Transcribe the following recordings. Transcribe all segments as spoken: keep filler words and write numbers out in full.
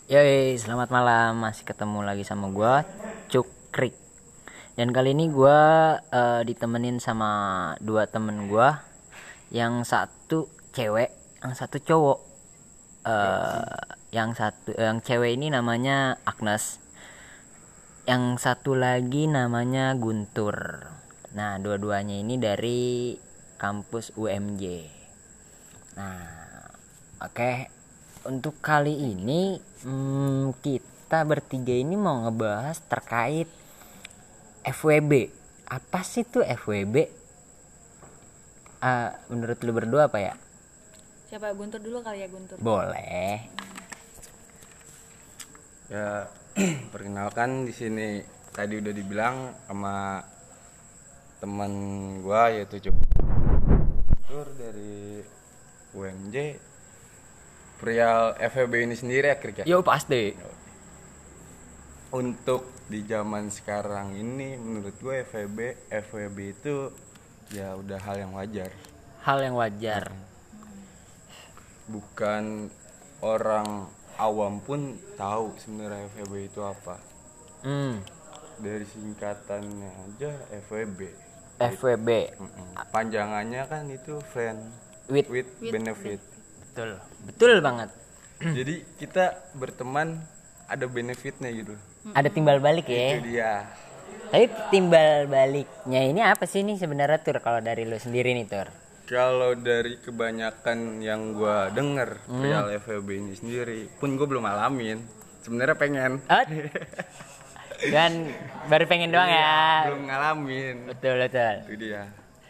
Yoi, selamat malam. Masih ketemu lagi sama gua, Cukrik. Dan kali ini gua uh, ditemenin sama dua temen gua. Yang satu cewek, yang satu cowok. Uh, yang satu yang cewek ini namanya Agnes. Yang satu lagi namanya Guntur. Nah, dua-duanya ini dari kampus U M J. Nah, oke. Okay. Untuk kali ini hmm, kita bertiga ini mau ngebahas terkait F W B. Apa sih tuh F W B? Uh, menurut lu berdua apa ya? Siapa, Guntur dulu kali ya, Guntur? Boleh. Ya, perkenalkan di sini tadi udah dibilang sama teman gua yaitu Guntur dari U M J. Perihal F W B ini sendiri ya, Krik ya? Yo, pasti. Untuk di zaman sekarang ini menurut gue F W B F W B itu ya udah hal yang wajar. Hal yang wajar. Bukan orang awam pun tahu sebenarnya F W B itu apa. Hmm. Dari singkatannya aja F W B. F W B. Panjangannya kan itu friend with, with, with benefit. Betul. Betul banget. Jadi kita berteman ada benefitnya gitu. Ada timbal balik ya. Itu dia. Tapi timbal baliknya ini apa sih nih sebenarnya Tur kalau dari lu sendiri nih Tur? Kalau dari kebanyakan yang gue denger hmm. perihal F W B ini sendiri pun gue belum alamin. Sebenarnya pengen. Oh? Dan baru pengen doang ya. Belum ngalamin. Betul betul. Itu dia.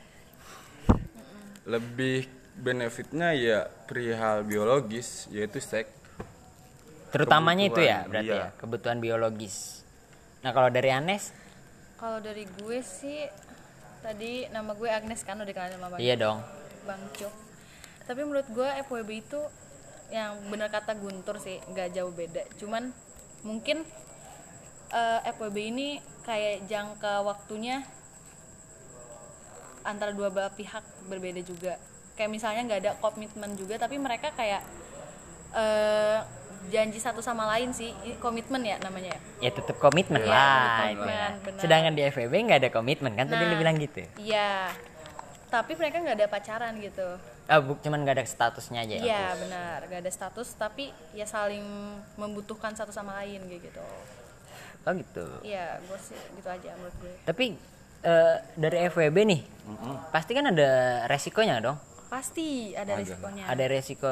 Lebih benefitnya ya perihal biologis yaitu seks. Terutamanya itu ya berarti iya. ya kebutuhan biologis. Nah kalau dari Anes? Kalau dari gue sih tadi nama gue Agnes kan, udah dikenalin sama Bang. Iya dong. Bang Cuk. Tapi menurut gue F W B itu yang benar kata Guntur sih, nggak jauh beda. Cuman mungkin uh, F W B ini kayak jangka waktunya antara dua belah pihak berbeda juga. Kayak misalnya nggak ada komitmen juga, tapi mereka kayak uh, janji satu sama lain sih, komitmen ya namanya ya. Ya tetap komitmen ya, lah. Komitmen, itu. Sedangkan di F W B nggak ada komitmen kan? Nah, tadi lu bilang gitu. Iya. Tapi mereka nggak ada pacaran gitu. Ah, bu, cuman nggak ada statusnya aja. Iya benar, nggak ada status, tapi ya saling membutuhkan satu sama lain gitu. Oh gitu. Iya, gue sih gitu aja menurut gue. Tapi uh, dari F W B nih, mm-hmm. pasti kan ada resikonya dong. Pasti ada, ada resikonya. Ada resiko.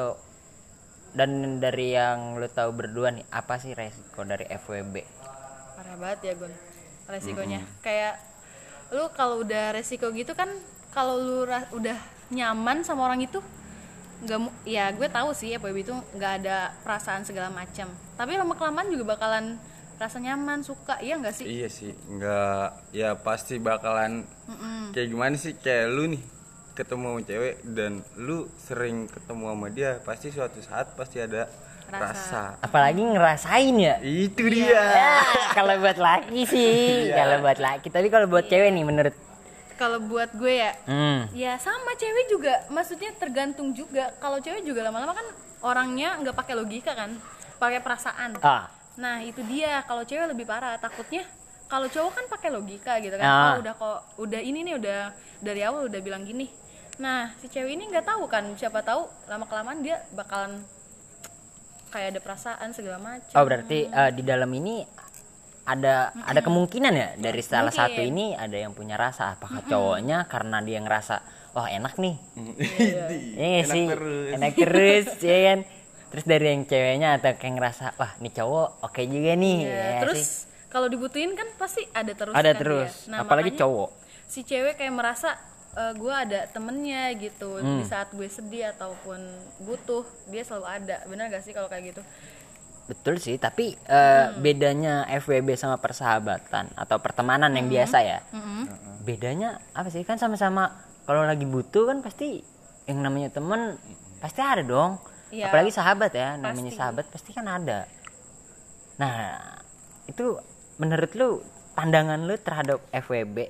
Dan dari yang lu tahu berdua nih, apa sih resiko dari F W B? Parah banget ya Gun, resikonya. Mm-hmm. Kayak lu kalau udah resiko gitu kan, kalau lu ra- udah nyaman sama orang itu, nggak, ya gue tahu sih F W B itu nggak ada perasaan segala macam. Tapi lama kelamaan juga bakalan rasa nyaman, suka, iya nggak sih? Iya sih, nggak, ya pasti bakalan Mm-mm. kayak gimana sih, kayak lu nih ketemu sama cewek dan lu sering ketemu sama dia, pasti suatu saat pasti ada rasa, rasa. Apalagi ngerasain ya. Itu iya. dia. Ya, kalau buat laki sih, iya. kalau buat laki. Tapi kalau buat iya. cewek nih menurut kalau buat gue ya, hmm. ya sama cewek juga, maksudnya tergantung juga. Kalau cewek juga lama-lama kan orangnya nggak pakai logika kan, pakai perasaan. Ah. Nah itu dia, kalau cewek lebih parah, takutnya kalau cowok kan pakai logika gitu kan. Ah. Oh udah kok, udah ini nih udah dari awal udah bilang gini. Nah si cewek ini nggak tahu kan, siapa tahu lama kelamaan dia bakalan kayak ada perasaan segala macam. Oh berarti uh, di dalam ini ada mm-mm. ada kemungkinan ya dari salah Mungkin. satu ini ada yang punya rasa, apakah mm-mm. cowoknya karena dia ngerasa wah enak nih, iya enak sih terus. enak terus ya kan, terus dari yang ceweknya atau kayak ngerasa wah nih cowok oke okay juga nih yeah. ya, terus kalau dibutuhin kan pasti ada terus ada kan terus dia. Nah, apalagi cowok si cewek kayak merasa uh, gue ada temennya gitu hmm. di saat gue sedih ataupun butuh dia selalu ada. Benar gak sih kalau kayak gitu? Betul sih, tapi uh, hmm. bedanya F W B sama persahabatan atau pertemanan hmm. yang biasa ya hmm. bedanya apa sih? Kan sama-sama kalau lagi butuh kan pasti yang namanya temen pasti ada dong ya, apalagi sahabat ya, namanya pasti. Sahabat pasti kan ada. Nah itu menurut lu, pandangan lu terhadap F W B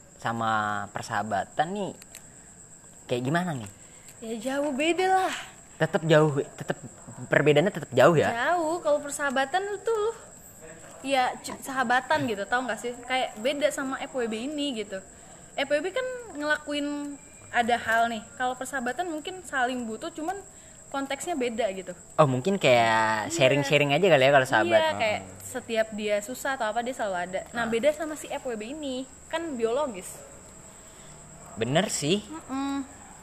sama persahabatan nih kayak gimana nih? Ya jauh beda lah. tetap jauh, tetap perbedaannya tetap jauh ya. Jauh. Kalau persahabatan itu lu ya c- sahabatan gitu, tau nggak sih? Kayak beda sama F W B ini gitu. F W B kan ngelakuin ada hal nih. Kalau persahabatan mungkin saling butuh, cuman konteksnya beda gitu. Oh mungkin kayak sharing-sharing aja kali ya kalau sahabat. Iya, kayak setiap dia susah atau apa dia selalu ada. Nah, beda sama si F W B ini, kan biologis. Bener sih. Mm-mm.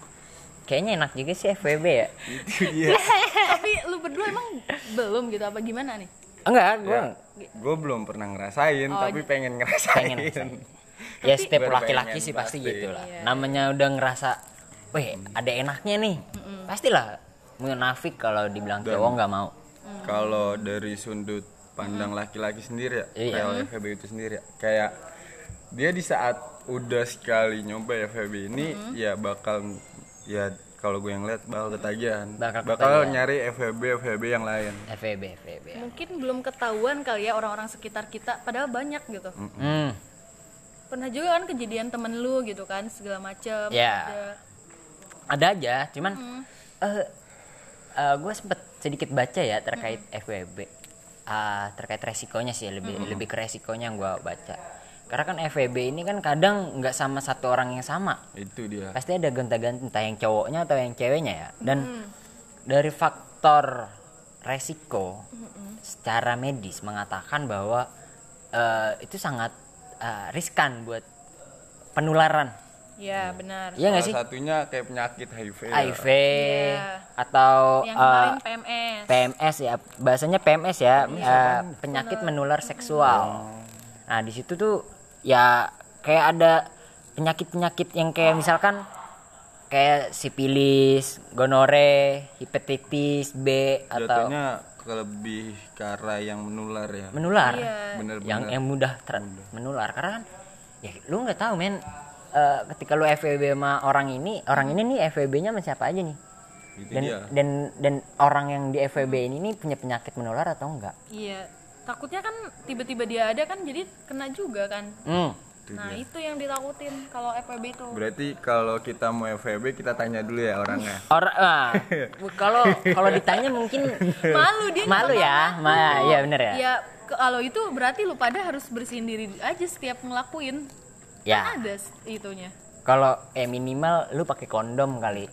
Kayaknya enak juga sih F W B ya. Itu dia. Tapi lu berdua emang belum gitu apa gimana nih? Enggak, gue Ya, gue belum pernah ngerasain, Oh, tapi gitu. pengen ngerasain. pengen ngerasain. Ya setiap Baru laki-laki pengen sih pasti pasti. gitu lah. Iya. Namanya udah ngerasa, weh ada enaknya nih. Pastilah munafik kalau dibilang Dan- cowok nggak mau. Kalau dari sudut pandang laki-laki sendiri ya, Iya. real F W B itu sendiri ya, kayak dia di saat udah sekali nyoba F W B ini, ya bakal, ya kalau gue yang lihat bakal ketagihan, Bakal bakal, ketagihan. nyari F W B F W B yang lain. F W B, F W B. Ya. Mungkin belum ketahuan kali ya orang-orang sekitar kita, padahal banyak gitu. Hmm, Pernah juga kan kejadian temen lu gitu kan, segala macem. Ya. Ada. ada aja, cuman eh eh, gue sempet sedikit baca ya terkait F W B. Ah, terkait resikonya sih, lebih lebih ke resikonya yang gue baca. Karena kan F W B ini kan kadang nggak sama satu orang yang sama. Itu dia. Pasti ada gonta-ganti entah yang cowoknya atau yang ceweknya ya. Dan dari faktor resiko secara medis mengatakan bahwa eh, itu sangat eh, riskan buat penularan. Ya, benar. Iya nggak sih? Salah satunya kayak penyakit H I V. H I V Iya. atau Yang eh, kemarin P M S. P M S ya, bahasanya P M S ya, eh, penyakit menular seksual. Nah di situ tuh ya kayak ada penyakit-penyakit yang kayak misalkan kayak sipilis, gonore, hepatitis B atau Jatuhnya ke lebih ke arah yang menular ya. menular, Iya. Bener-bener. yang yang mudah ter- menular. Karena kan ya lu nggak tahu men, eh, ketika lu F W B sama orang ini, orang ini nih F W B-nya sama siapa aja nih. Itu Dan dia. dan dan orang yang di F W B ini nih punya penyakit menular atau enggak? Iya. Takutnya kan tiba-tiba dia ada kan jadi kena juga kan. Hmm. Itu Nah, dia. itu yang ditakutin kalau F W B itu. Berarti kalau kita mau F W B kita tanya dulu ya orangnya. Orang ah, kalau kalau ditanya mungkin Malu dia malu nggak ya, ngaku. ma, ya bener ya. Ya, ke- kalau itu berarti lu pada harus bersihin diri aja setiap ngelakuin. Ya, Kan ada s- itunya. kalau eh minimal lu pakai kondom kali.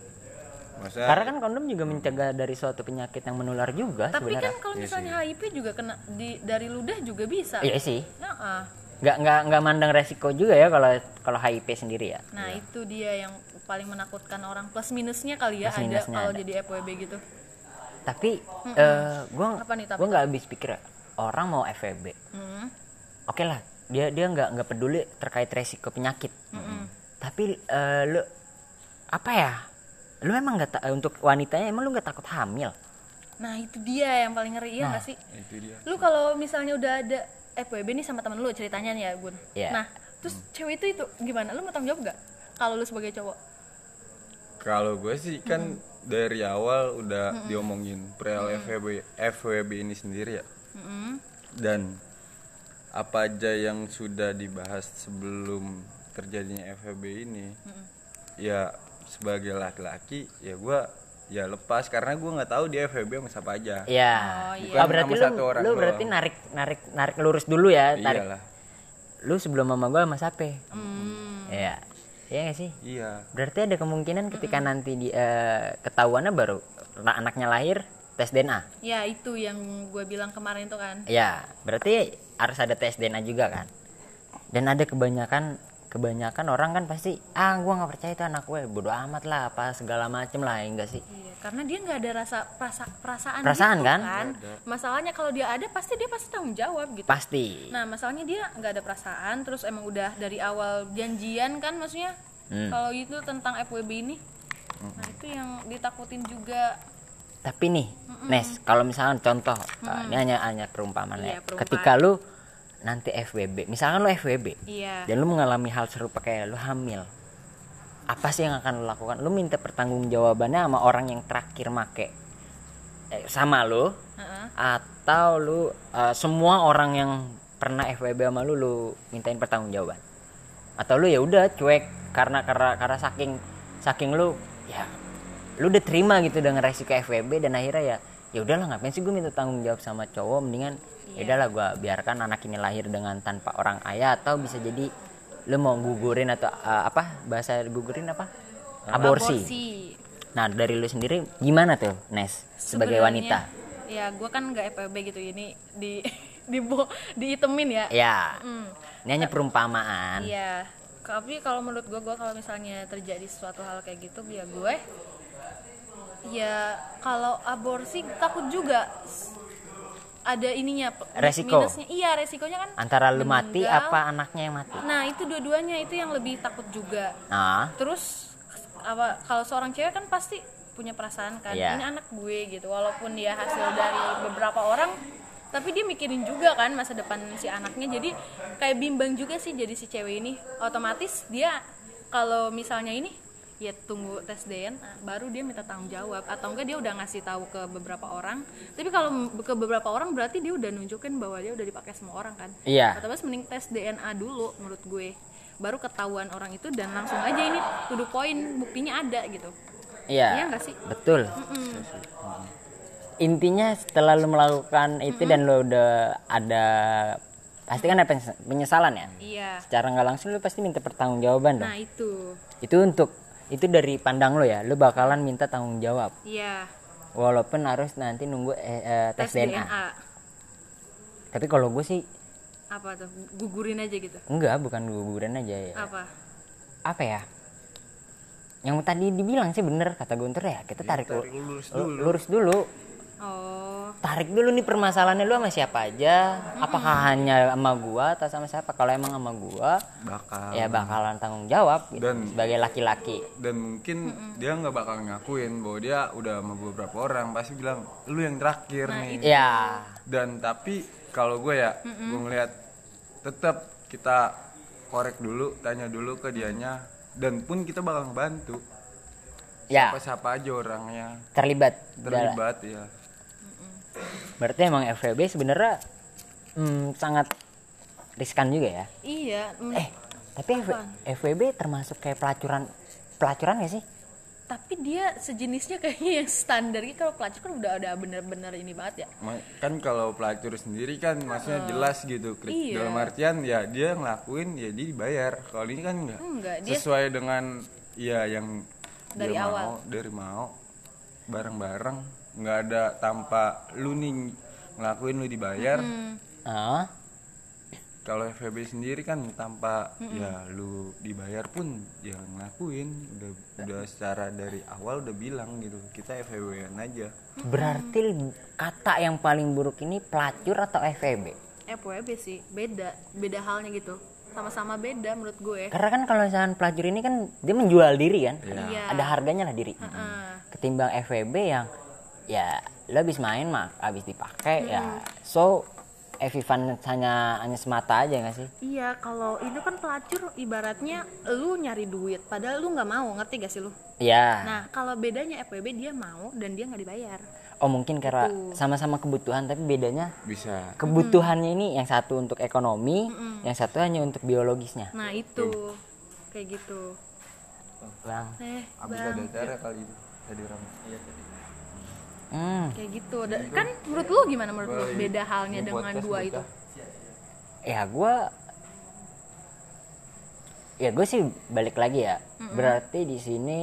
Masa Karena kan kondom juga mencegah dari suatu penyakit yang menular juga Tapi kan sebenarnya. kalau misalnya H I V juga kena di dari ludah juga bisa. Iya sih. Nah, ah. Nggak nggak nggak mandang resiko juga ya kalau kalau H I V sendiri ya. Nah, itu dia yang paling menakutkan orang. Plus minusnya kali ya Plus ada minusnya kalau ada. jadi F W B gitu. Tapi eh gua Apa nih, tapi? gua nggak habis pikir ya, orang mau F W B. Hmm. Oke lah, dia dia nggak nggak peduli terkait resiko penyakit. Tapi eh, lu apa ya? Lu emang nggak ta- untuk wanitanya emang lu nggak takut hamil? Nah, itu dia yang paling ngeri ya Nah. nggak sih? itu dia. Lu kalau misalnya udah ada F W B nih sama temen lu ceritanya nih ya Gun. Iya. Nah, terus cewek itu itu gimana? Lu mau tanggung jawab gak? Kalau lu sebagai cowok? Kalau gue sih kan dari awal udah diomongin perihal F W B F W B ini sendiri ya. Mm-mm. Dan apa aja yang sudah dibahas sebelum terjadinya F W B ini, ya sebagai laki-laki ya gue ya lepas karena gue nggak tahu dia F W B sama siapa aja. Iya. Oh, iya. Ah, berarti Sama lu satu orang lu berarti doang. narik narik narik lurus dulu ya, tarik. Iyalah. Lu sebelum mama gua sama siapa? Hmm. Iya. Iya gak sih? Iya. Berarti ada kemungkinan ketika nanti di eh, ketahuannya baru na- anaknya lahir tes D N A. Ya, itu yang gue bilang kemarin tuh kan. Ya, berarti harus ada tes D N A juga kan. Dan ada kebanyakan kebanyakan orang kan pasti ah gua nggak percaya itu anak gue, bodo amat lah apa segala macem lah, ya enggak sih? Iya, karena dia nggak ada rasa perasa- perasaan, Perasaan gitu, kan? Masalahnya kalau dia ada pasti dia pasti tanggung jawab gitu. Pasti. Nah, masalahnya dia nggak ada perasaan, terus emang udah dari awal janjian kan, maksudnya Hmm. kalau itu tentang F W B ini. Nah, itu yang ditakutin juga. Tapi nih, Nes, kalau misalkan contoh, uh, ini hanya hanya perumpamaan ya. Iya, perumpamaan. Ketika lu nanti F W B, misalkan lu F W B, Iya. dan lu mengalami hal serupa kayak lu hamil, apa sih yang akan lu lakukan? Lu minta pertanggungjawabannya sama orang yang terakhir make eh, sama lu, Heeh. atau lu uh, semua orang yang pernah F W B sama lu, lu mintain pertanggungjawaban? Atau lu ya udah cuek karena karena karena saking saking lu ya lu udah terima gitu dengan resiko F W B dan akhirnya ya ya udahlah ngapain sih gue minta tanggung jawab sama cowok, mendingan ya udahlah gue biarkan anak ini lahir dengan tanpa orang ayah, atau bisa jadi lu mau gugurin atau uh, apa bahasa gugurin apa aborsi. Aborsi. Nah dari lu sendiri gimana tuh Nes sebagai Sebenarnya, wanita? Ya gue kan nggak F W B gitu, ini di di diitemin ya. Ya Hmm. ini hanya perumpamaan. Iya. Tapi kalau menurut gue, gue kalau misalnya terjadi sesuatu hal kayak gitu, ya gue, ya kalau aborsi takut juga ada ininya Resiko. minusnya. Iya resikonya kan. Antara lu mati meninggal. apa anaknya yang mati. Nah itu dua-duanya itu yang lebih takut juga. Nah Terus apa kalau seorang cewek kan pasti punya perasaan kan, Iya. ini anak gue gitu, walaupun dia hasil dari beberapa orang, tapi dia mikirin juga kan masa depan si anaknya. Jadi kayak bimbang juga sih jadi si cewek ini. Otomatis dia kalau misalnya ini ya tunggu tes D N A baru dia minta tanggung jawab, atau enggak dia udah ngasih tahu ke beberapa orang. Tapi kalau ke beberapa orang berarti dia udah nunjukin bahwa dia udah dipakai semua orang kan. Iya. Otomatis mending tes D N A dulu menurut gue, baru ketahuan orang itu dan langsung aja ini to the point, buktinya ada gitu. iya Iya nggak sih? betul. Mm-mm. Intinya setelah lu melakukan itu dan lu udah ada pasti kan ada pens- penyesalan ya. Iya. Secara nggak langsung lu pasti minta pertanggungjawaban dong. Nah itu. Itu untuk itu dari pandang lu ya, lu bakalan minta tanggung jawab. Iya. Walaupun harus nanti nunggu eh, eh, tes, D N A. Tapi kalau gue sih Apa tuh? Gugurin aja gitu. enggak, bukan guguran aja ya. Apa? Apa ya? Yang tadi dibilang sih bener kata Guntur ya, kita tarik, tarik lu- lurus lu- dulu. lurus dulu. Oh. Tarik dulu nih permasalahannya, lu sama siapa aja? Apakah hanya sama gua atau sama siapa? Kalau emang sama gua, Bakal. ya bakalan tanggung jawab gitu, Dan- sebagai laki-laki. Dan mungkin dia nggak bakal ngakuin bahwa dia udah sama beberapa orang, pasti bilang lu yang terakhir Nah, nih. Ya, Dan tapi kalau gue ya, gue ngeliat tetap kita korek dulu, tanya dulu ke dianya, dan pun kita bakal ngebantu. ya Siapa-siapa aja orangnya terlibat. terlibat ya. Berarti emang F W B sebenarnya hmm, sangat riskan juga ya. Iya. mm, Eh, tapi F- Apaan? F W B termasuk kayak pelacuran pelacuran gak sih? Tapi dia sejenisnya kayaknya yang standar gitu. Kalau pelacur kan udah ada bener-bener ini banget ya. Ma- Kan kalau pelacur sendiri kan maksudnya jelas gitu. Kri- Iya. Dalam artian ya dia ngelakuin ya dia dibayar. Kalau ini kan enggak. Enggak, dia- Sesuai dengan ya yang Dari dia awal. mau, dari mau bareng-bareng, nggak ada tanpa lu nih ngelakuin lu dibayar. Ah, Kalau F W B sendiri kan tanpa ya lu dibayar pun ya ngelakuin, udah udah secara dari awal udah bilang gitu kita F W B-an aja. berarti kata yang paling buruk ini pelacur atau F W B? F W B sih beda, beda halnya gitu. Sama-sama beda menurut gue. Karena kan kalau misalkan pelacur ini kan dia menjual diri kan, Iya. ada harganya lah diri. Heeh. Ketimbang F W B yang ya lo habis main mah habis dipakai ya, so Evivan hanya hanya semata aja nggak sih? Iya, kalau itu kan pelacur ibaratnya lu nyari duit, padahal lu nggak mau, ngerti gak sih lu? Iya. Nah, kalau bedanya F W B dia mau dan dia nggak dibayar. Oh mungkin karena Gitu. sama-sama kebutuhan tapi bedanya Bisa. kebutuhannya ini yang satu untuk ekonomi, yang satu hanya untuk biologisnya. Nah itu kayak gitu. Bang. Eh, Abis bang, ada acara kali itu tadi orang. Iya tadi. Hmm, kayak gitu. Da- kan menurut lu gimana menurut lu beda halnya dengan dua itu? ya gue, ya gue sih balik lagi ya. Berarti di sini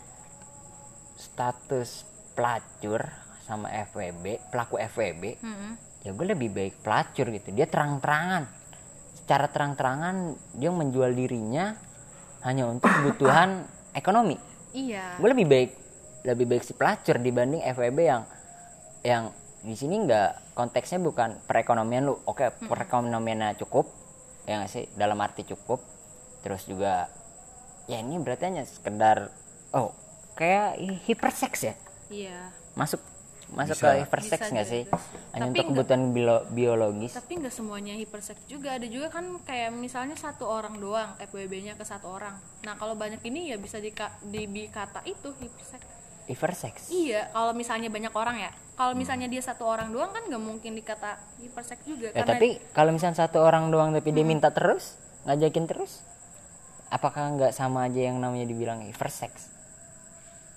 status pelacur sama F W B, pelaku F W B, Mm-mm. ya gue lebih baik pelacur gitu. Dia terang-terangan, secara terang-terangan dia menjual dirinya hanya untuk kebutuhan ekonomi. Iya. Gue lebih baik lebih baik si pelacur dibanding F W B yang yang di sini nggak, konteksnya bukan perekonomian lu. Oke, perekonomiannya cukup ya nggak sih, dalam arti cukup, terus juga ya ini berarti hanya sekedar oh kayak hiperseks ya, Iya. masuk masuk Bisa. ke hiperseks Bisa nggak sih, juga. hanya Tapi untuk kebutuhan bio- biologis. Tapi nggak semuanya hiperseks juga, ada juga kan kayak misalnya satu orang doang F W B-nya ke satu orang. Nah kalau banyak ini ya bisa dika- dikata itu hiperseks. Hiperseks Iya, kalau misalnya banyak orang ya. Kalau misalnya dia satu orang doang kan nggak mungkin dikata hiperseks juga. ya, karena tapi kalau misalnya satu orang doang tapi dia minta terus, ngajakin terus, apakah nggak sama aja yang namanya dibilang hiperseks?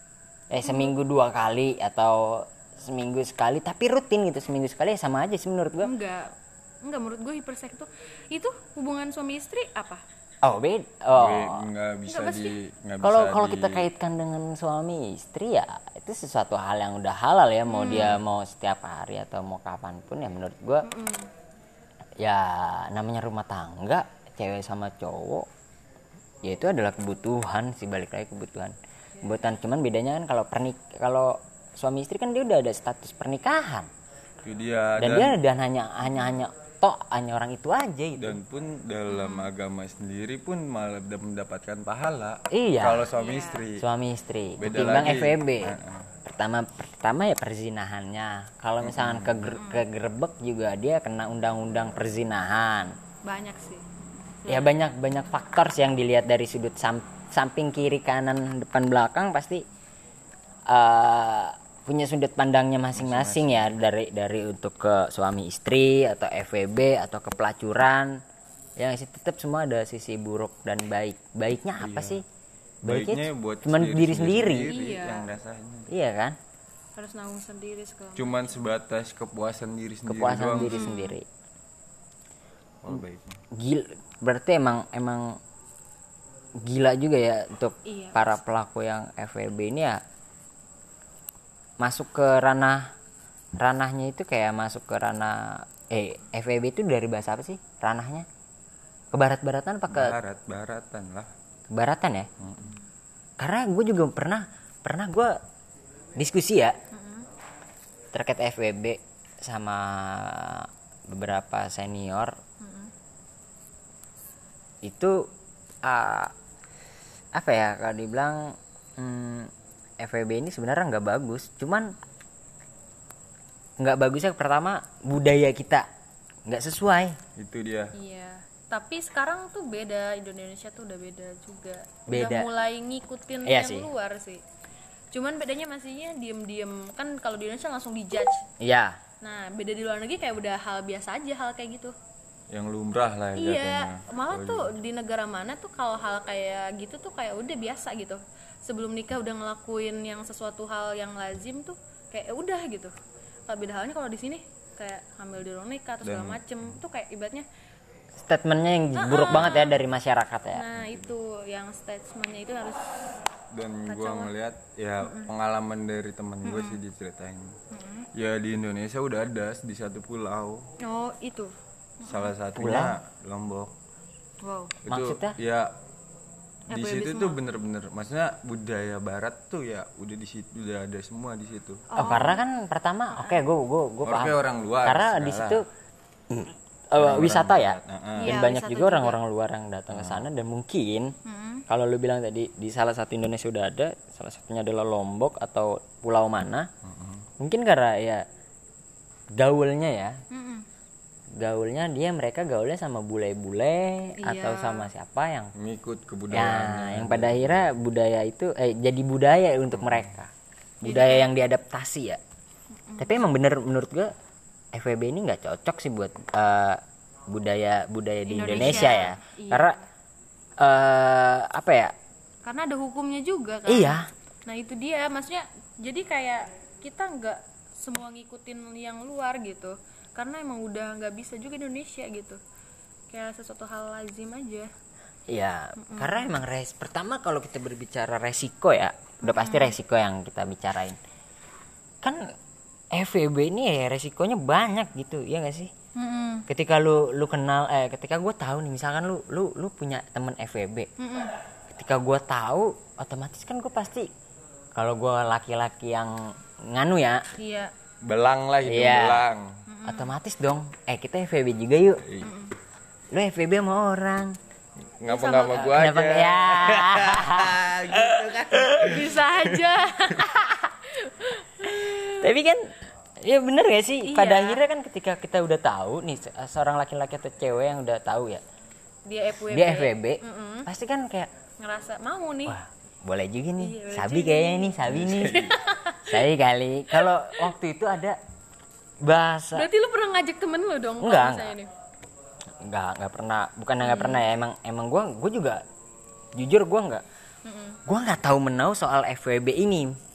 eh seminggu dua kali atau seminggu sekali tapi rutin gitu, seminggu sekali ya sama aja sih menurut gua. Enggak. Enggak, menurut gue hiperseks itu itu hubungan suami istri apa? Oh beda. Oh. Nggak bisa Nggak di nggak Kalau bisa kalau di- kita kaitkan dengan suami istri ya itu sesuatu hal yang udah halal ya, mau dia mau setiap hari atau mau kapanpun ya menurut gua. Ya namanya rumah tangga cewek sama cowok ya itu adalah kebutuhan sih, balik lagi kebutuhan. Kebutuhan cuman bedanya kan kalau pernik kalau suami istri kan dia udah ada status pernikahan. itu dia Dan, dan, dia dan hanya hanya hanya tok hanya orang itu aja gitu. dan pun dalam agama sendiri pun malah udah mendapatkan pahala Iya. kalau suami istri. Suami istri Beda ketimbang lagi. F W B. Heeh. Pertama pertama ya perzinahannya. Kalau misalkan keger, kegerebek juga dia kena undang-undang perzinahan. Banyak sih. Ya banyak banyak faktor sih yang dilihat dari sudut sam- samping kiri kanan depan belakang pasti eh, punya sudut pandangnya masing-masing ya, dari dari untuk ke suami istri atau F W B atau ke pelacuran. Yang sih tetap semua ada sisi buruk dan baik. Baiknya apa sih? Baiknya buat cuman diri sendiri. Iya. yang rasanya. Iya kan? Harus nanggung sendiri segala. Cuman sebatas kepuasan diri sendiri Kepuasan doang. diri sendiri. Oh, baiknya. Gila, berarti emang emang gila juga ya untuk Iya, para pelaku yang F W B ini ya, masuk ke ranah ranahnya itu kayak masuk ke ranah eh F W B itu dari bahasa apa sih ranahnya? Kebarat-baratan apa ke Barat, baratan lah. kebaratan ya? Karena gue juga pernah pernah gue diskusi ya terkait F W B sama beberapa senior. Itu uh, apa ya kalau dibilang hmm, F W B ini sebenarnya nggak bagus, cuman nggak bagusnya pertama budaya kita nggak sesuai. Itu dia. Iya. Tapi sekarang tuh beda, Indonesia tuh udah beda juga. Beda. Udah mulai ngikutin Iya yang sih. luar sih. Cuman bedanya masihnya diem-diem. Kan kalau di Indonesia langsung dijudge. Iya, Nah, beda di luar negeri kayak udah hal biasa aja hal kayak gitu. Yang lumrah lah ya Iya, jatuhnya. malah tuh di negara mana tuh kalau hal kayak gitu tuh kayak udah biasa gitu. Sebelum nikah udah ngelakuin yang sesuatu hal yang lazim tuh kayak ya udah gitu. Kalau beda halnya kalau di sini kayak hamil di luar nikah atau segala Dan- macem tuh kayak ibaratnya. statementnya yang buruk banget ya dari masyarakat ya. Nah itu yang statementnya itu harus Dan gua ngeliat ya pengalaman dari temen gue sih diceritain. Ya di Indonesia udah ada di satu pulau. oh itu Salah satunya Lombok. wow Itu Maksudnya? ya di F W B situ semua. tuh bener-bener maksudnya budaya barat tuh ya udah di situ udah ada semua di situ. Oh, karena kan pertama oke gue gue gue paham. Orangnya orang luar. Karena di segala. situ eh, wisata ya. Heeh. Dan Iya, banyak wisata juga juga. orang-orang luar yang datang ke sana dan mungkin kalau lu bilang tadi di salah satu Indonesia udah ada, salah satunya adalah Lombok atau pulau mana. Mungkin karena ya gaulnya ya. Mm-mm. Gaulnya dia mereka gaulnya sama bule-bule Iya. atau sama siapa yang Ngikut ya kebudayaannya. yang pada akhirnya budaya itu eh jadi budaya untuk mereka. Budaya yang diadaptasi ya. Tapi emang bener menurut gua F W B ini nggak cocok sih buat eh, budaya budaya di Indonesia, Indonesia, ya. iya. Karena eh apa ya? karena ada hukumnya juga kan. Iya. Nah itu dia maksudnya jadi kayak kita nggak semua ngikutin yang luar gitu karena emang udah nggak bisa juga di Indonesia gitu kayak sesuatu hal lazim aja. Iya, karena emang res pertama kalau kita berbicara resiko ya, udah pasti resiko yang kita bicarain. Kan F W B ini ya resikonya banyak gitu, ya nggak sih? Mm-mm. Ketika lu lu kenal eh ketika gue tahu nih misalkan lu lu lu punya temen F W B. Mm-mm. Ketika gue tahu otomatis kan gue pasti kalau gue laki-laki yang nganu ya, Iya. Belang lah itu Iya. belang. otomatis dong eh kita F W B juga yuk. Ih, Lu F W B sama orang. Ngapa nggak sama gua Kenapa aja? nggak- ya? Gitu kan. Bisa aja. Tapi kan ya bener gak sih? Iya. Pada akhirnya kan ketika kita udah tahu nih se- seorang laki-laki atau cewek yang udah tahu ya Dia F W B. dia F W B, Mm-mm. pasti kan kayak Ngerasa mau nih. wah boleh juga nih, Iya, boleh sabi juga kayaknya nih, sabi nih, sabi kali. Kalau waktu itu ada bahasa, Berarti lu pernah ngajak temen lu dong kalau Enggak, misalnya nih. nggak nggak pernah, bukan nggak pernah ya, emang emang gue gue juga jujur gue nggak, gue nggak tahu menau soal F W B ini. Hmm.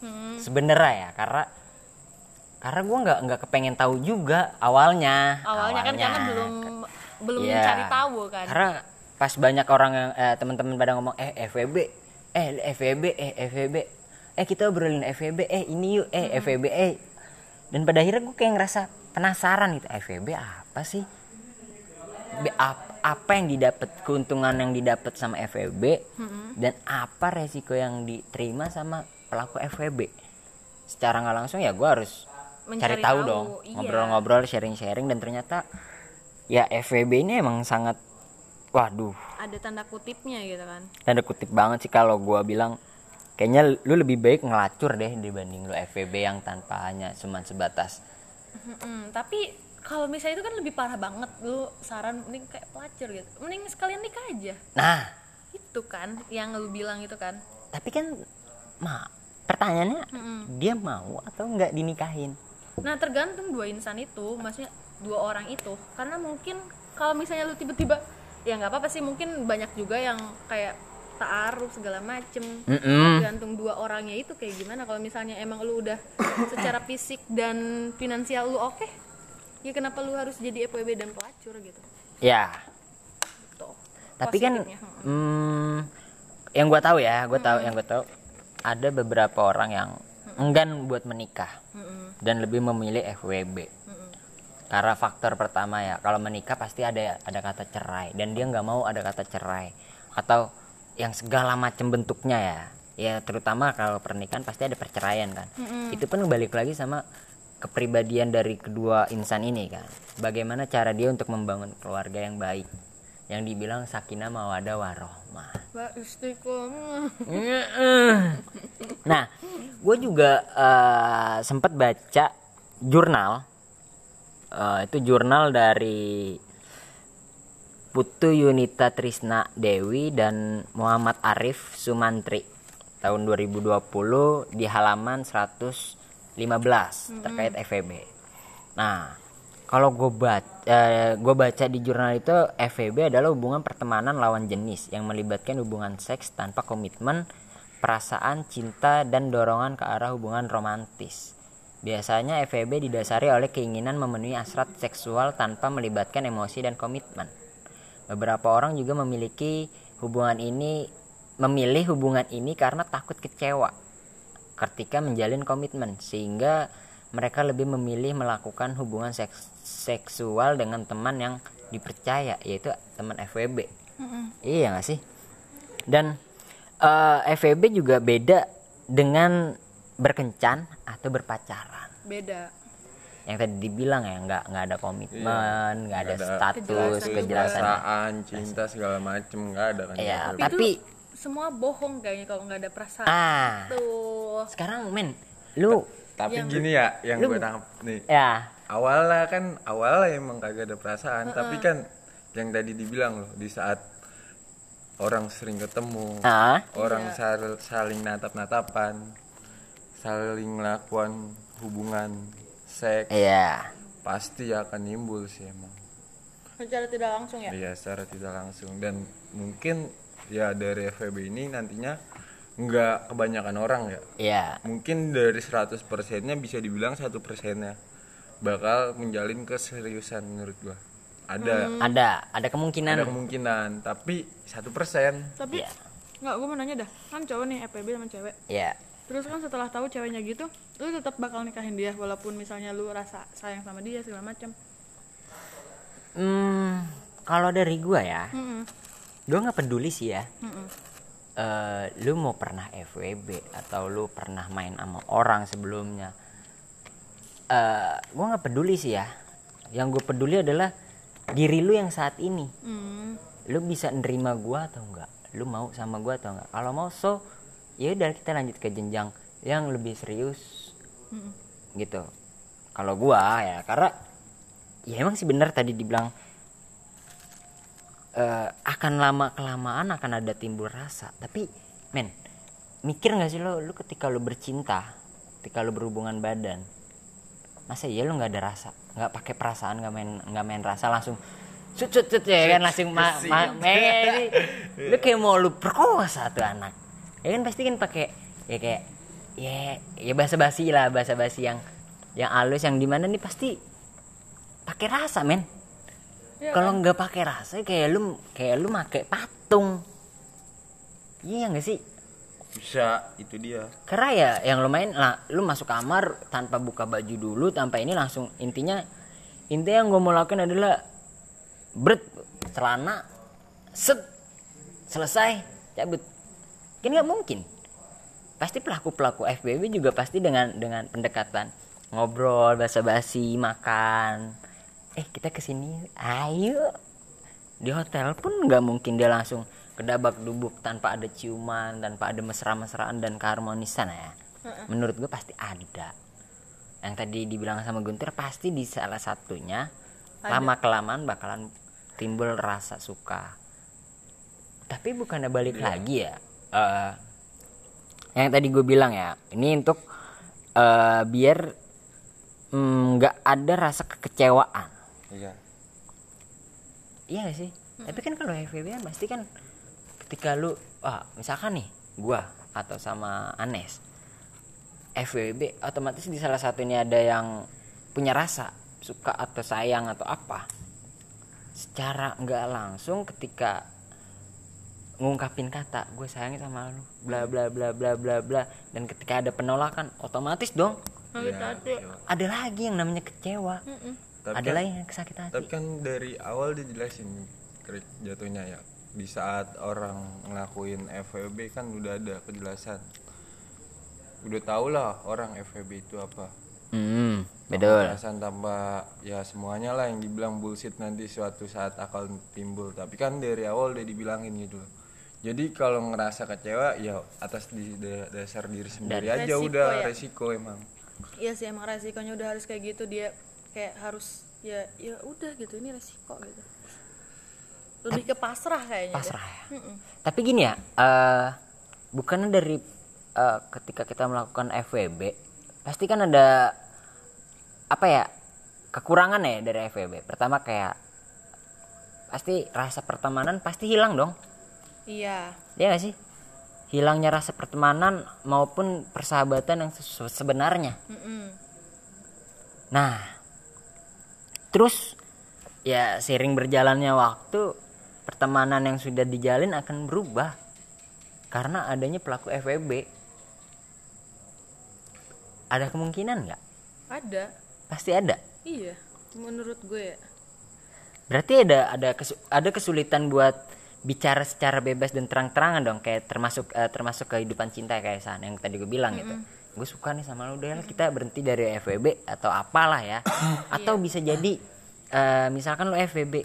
sebenarnya ya, karena karena gue nggak nggak kepengen tahu juga awalnya awalnya, kan karena belum belum Iya. mencari tahu kan. Karena pas banyak orang yang eh, teman-teman pada ngomong eh F W B eh F W B eh F W B eh kita obrolin F W B eh ini yuk eh F W B eh, dan pada akhirnya gue kayak ngerasa penasaran gitu, F W B apa sih? B- ap- apa yang didapat, keuntungan yang didapat sama F W B, mm-hmm. dan apa resiko yang diterima sama pelaku F W B? Secara nggak langsung ya gue harus Mencari cari tahu, tahu, dong, iya. ngobrol-ngobrol, sharing-sharing, dan ternyata ya F W B ini emang sangat, waduh, Ada tanda kutipnya gitu kan. tanda kutip banget sih kalau gue bilang. Kayaknya lu lebih baik ngelacur deh dibanding lu F W B yang tanpa hanya cuman sebatas. Mm-mm, tapi kalau misalnya itu kan lebih parah banget, lu saran mending kayak pelacur gitu, mending sekalian nikah aja. Nah, Itu kan yang lu bilang itu kan. tapi kan ma pertanyaannya Mm-mm. dia mau atau nggak dinikahin? Nah tergantung dua insan itu, maksudnya dua orang itu, karena mungkin kalau misalnya lu tiba-tiba, ya nggak apa-apa sih, mungkin banyak juga yang kayak taaruf segala macem. Mm-mm. Tergantung dua orangnya itu kayak gimana. Kalau misalnya emang lu udah secara fisik dan finansial lu oke, ya kenapa lu harus jadi F W B dan pelacur gitu. Ya, Tuh. tapi kan Positifnya. hmm, yang gue tahu ya, gue tahu yang gue tahu ada beberapa orang yang enggan buat menikah Mm-mm. dan lebih memilih F W B. Mm-mm. Karena faktor pertama ya, kalau menikah pasti ada ada kata cerai dan dia nggak mau ada kata cerai atau yang segala macam bentuknya ya. Ya terutama kalau pernikahan pasti ada perceraian kan. Mm-mm. Itu pun balik lagi sama kepribadian dari kedua insan ini kan. Bagaimana cara dia untuk membangun keluarga yang baik. Yang dibilang sakinah mawaddah warohmah. Mbak istiqomah. Nah, gue juga uh, sempat baca jurnal. Uh, itu jurnal dari Putu Yunita Trisna Dewi dan Muhammad Arif Sumantri tahun dua ribu dua puluh di halaman seratus lima belas terkait F W B. Nah, kalau gue baca, eh, gue baca di jurnal itu, F W B adalah hubungan pertemanan lawan jenis yang melibatkan hubungan seks tanpa komitmen, perasaan, cinta, dan dorongan ke arah hubungan romantis. Biasanya F W B didasari oleh keinginan memenuhi hasrat seksual tanpa melibatkan emosi dan komitmen. Beberapa orang juga memiliki hubungan ini, memilih hubungan ini karena takut kecewa ketika menjalin komitmen, sehingga mereka lebih memilih melakukan hubungan seks, seksual dengan teman yang dipercaya, yaitu teman F W B. Mm-mm. Iya nggak sih? Dan uh, F W B juga beda dengan berkencan atau berpacaran. Beda. Yang tadi dibilang ya, nggak nggak ada komitmen, nggak Nggak ada ada status, kejelasan. kejelasan. perasaan, cinta segala macem nggak ada kan. Iya, F W B. tapi Itu semua bohong kayaknya kalau nggak ada perasaan. ah Tuh. sekarang men, lu Tapi Yang- gini ya, yang Lu- gue tangkap nih. ya Awalnya kan, awalnya emang kagak ada perasaan, tapi kan yang tadi dibilang loh, di saat orang sering ketemu, ah orang Iya. sal- saling natap-natapan, saling melakukan hubungan seks, iya pasti akan nimbul sih emang. Secara tidak langsung ya. Iya, secara tidak langsung. Dan mungkin ya dari F W B ini nantinya nggak kebanyakan orang ya. iya Mungkin dari seratus persennya bisa dibilang satu persennya bakal menjalin keseriusan menurut gua. Ada, ada ada kemungkinan. ada kemungkinan, tapi satu persen. Tapi Iya. nggak, gue mau nanya dah, kan cowok nih F W B sama cewek. Iya. Terus kan setelah tahu ceweknya gitu, lu tetap bakal nikahin dia walaupun misalnya lu rasa sayang sama dia segala macam. Hmm, kalau dari gua ya, Mm-mm. gua nggak peduli sih ya. Mm-mm. Eh, lu mau pernah F W B atau lu pernah main sama orang sebelumnya, eh gue nggak peduli sih ya. Yang gue peduli adalah diri lu yang saat ini. Mm. Lu bisa nerima gue atau enggak, lu mau sama gue atau enggak. Kalau mau, so ya udah kita lanjut ke jenjang yang lebih serius. Mm-mm. Gitu kalau gue ya, karena ya emang sih benar tadi dibilang, eh, akan lama kelamaan akan ada timbul rasa. Tapi men, mikir nggak sih lo, lu ketika lu bercinta, ketika lu berhubungan badan, masa iya lu nggak ada rasa, nggak pakai perasaan, nggak main nggak main rasa, langsung cut cut cut ya kan, langsung ma, ma, ma, ini lu kayak mau lu perkosa tuh anak ya kan, pasti kan pakai ya kayak ya ya basa-basi lah, basa-basi yang yang halus, yang dimana nih pasti pakai rasa men. Ya, Kalau kan? nggak pakai rasa kayak lu kayak lu pakai patung. Iya nggak sih? Bisa, itu dia. Karena ya yang lu main lah, lu masuk kamar tanpa buka baju dulu, tanpa ini langsung intinya intinya yang gue mau lakukan adalah bret celana set selesai cabut. Kan nggak mungkin. Pasti pelaku-pelaku F W B juga pasti dengan dengan pendekatan ngobrol, basa-basi, makan. Eh kita kesini, ayo. Di hotel pun nggak mungkin dia langsung kedabak dubuk tanpa ada ciuman, tanpa ada mesra-mesraan dan keharmonisan ya. Menurut gue pasti ada. Yang tadi dibilang sama Guntur pasti di salah satunya lama kelamaan bakalan timbul rasa suka. Tapi bukannya balik lagi ya. Uh, yang tadi gue bilang ya, ini untuk uh, biar nggak mm, ada rasa kekecewaan. Iya. Iya gak sih? Hmm. Tapi kan kalau F W B kan pasti kan ketika lu, wah misalkan nih gue atau sama Anes F W B, otomatis di salah satunya ada yang punya rasa suka atau sayang atau apa, secara nggak langsung ketika ngungkapin kata gue sayang sama lu bla bla bla bla bla bla, dan ketika ada penolakan otomatis dong ya, ada lagi yang namanya kecewa. Tapi ada kan, lagi yang sakit hati. Tapi kan dari awal dijelasin Krik, jatuhnya ya di saat orang ngelakuin F W B kan udah ada penjelasan, udah tau lah orang F W B itu apa. Hmm, betul. Penjelasan tanpa ya semuanya lah yang dibilang bullshit nanti suatu saat akan timbul. Tapi kan dari awal udah dibilangin gitu loh. Jadi kalau ngerasa kecewa ya atas di dasar diri sendiri dan aja resiko udah ya? Resiko emang. Iya sih emang resikonya udah harus kayak gitu, dia kayak harus ya ya udah gitu, ini resiko gitu. Lebih ke pasrah kayaknya. Pasrah ya. Tapi gini ya, uh, bukannya dari uh, ketika kita melakukan F W B pasti kan ada apa ya kekurangan ya dari F W B. Pertama kayak pasti rasa pertemanan pasti hilang dong. Iya. Iya gak sih? Hilangnya rasa pertemanan maupun persahabatan yang sebenarnya. Mm-mm. Nah, terus ya seiring berjalannya waktu pertemanan yang sudah dijalin akan berubah karena adanya pelaku F W B. Ada kemungkinan nggak? Ada. Pasti ada. Iya, menurut gue ya. Berarti ada ada kesu, ada kesulitan buat bicara secara bebas dan terang-terangan dong, kayak termasuk uh, termasuk kehidupan cinta kayak San yang tadi gue bilang mm-hmm. gitu. Gue suka nih sama lu, udah kita berhenti dari F W B atau apalah ya. Atau bisa jadi uh, misalkan lu F W B.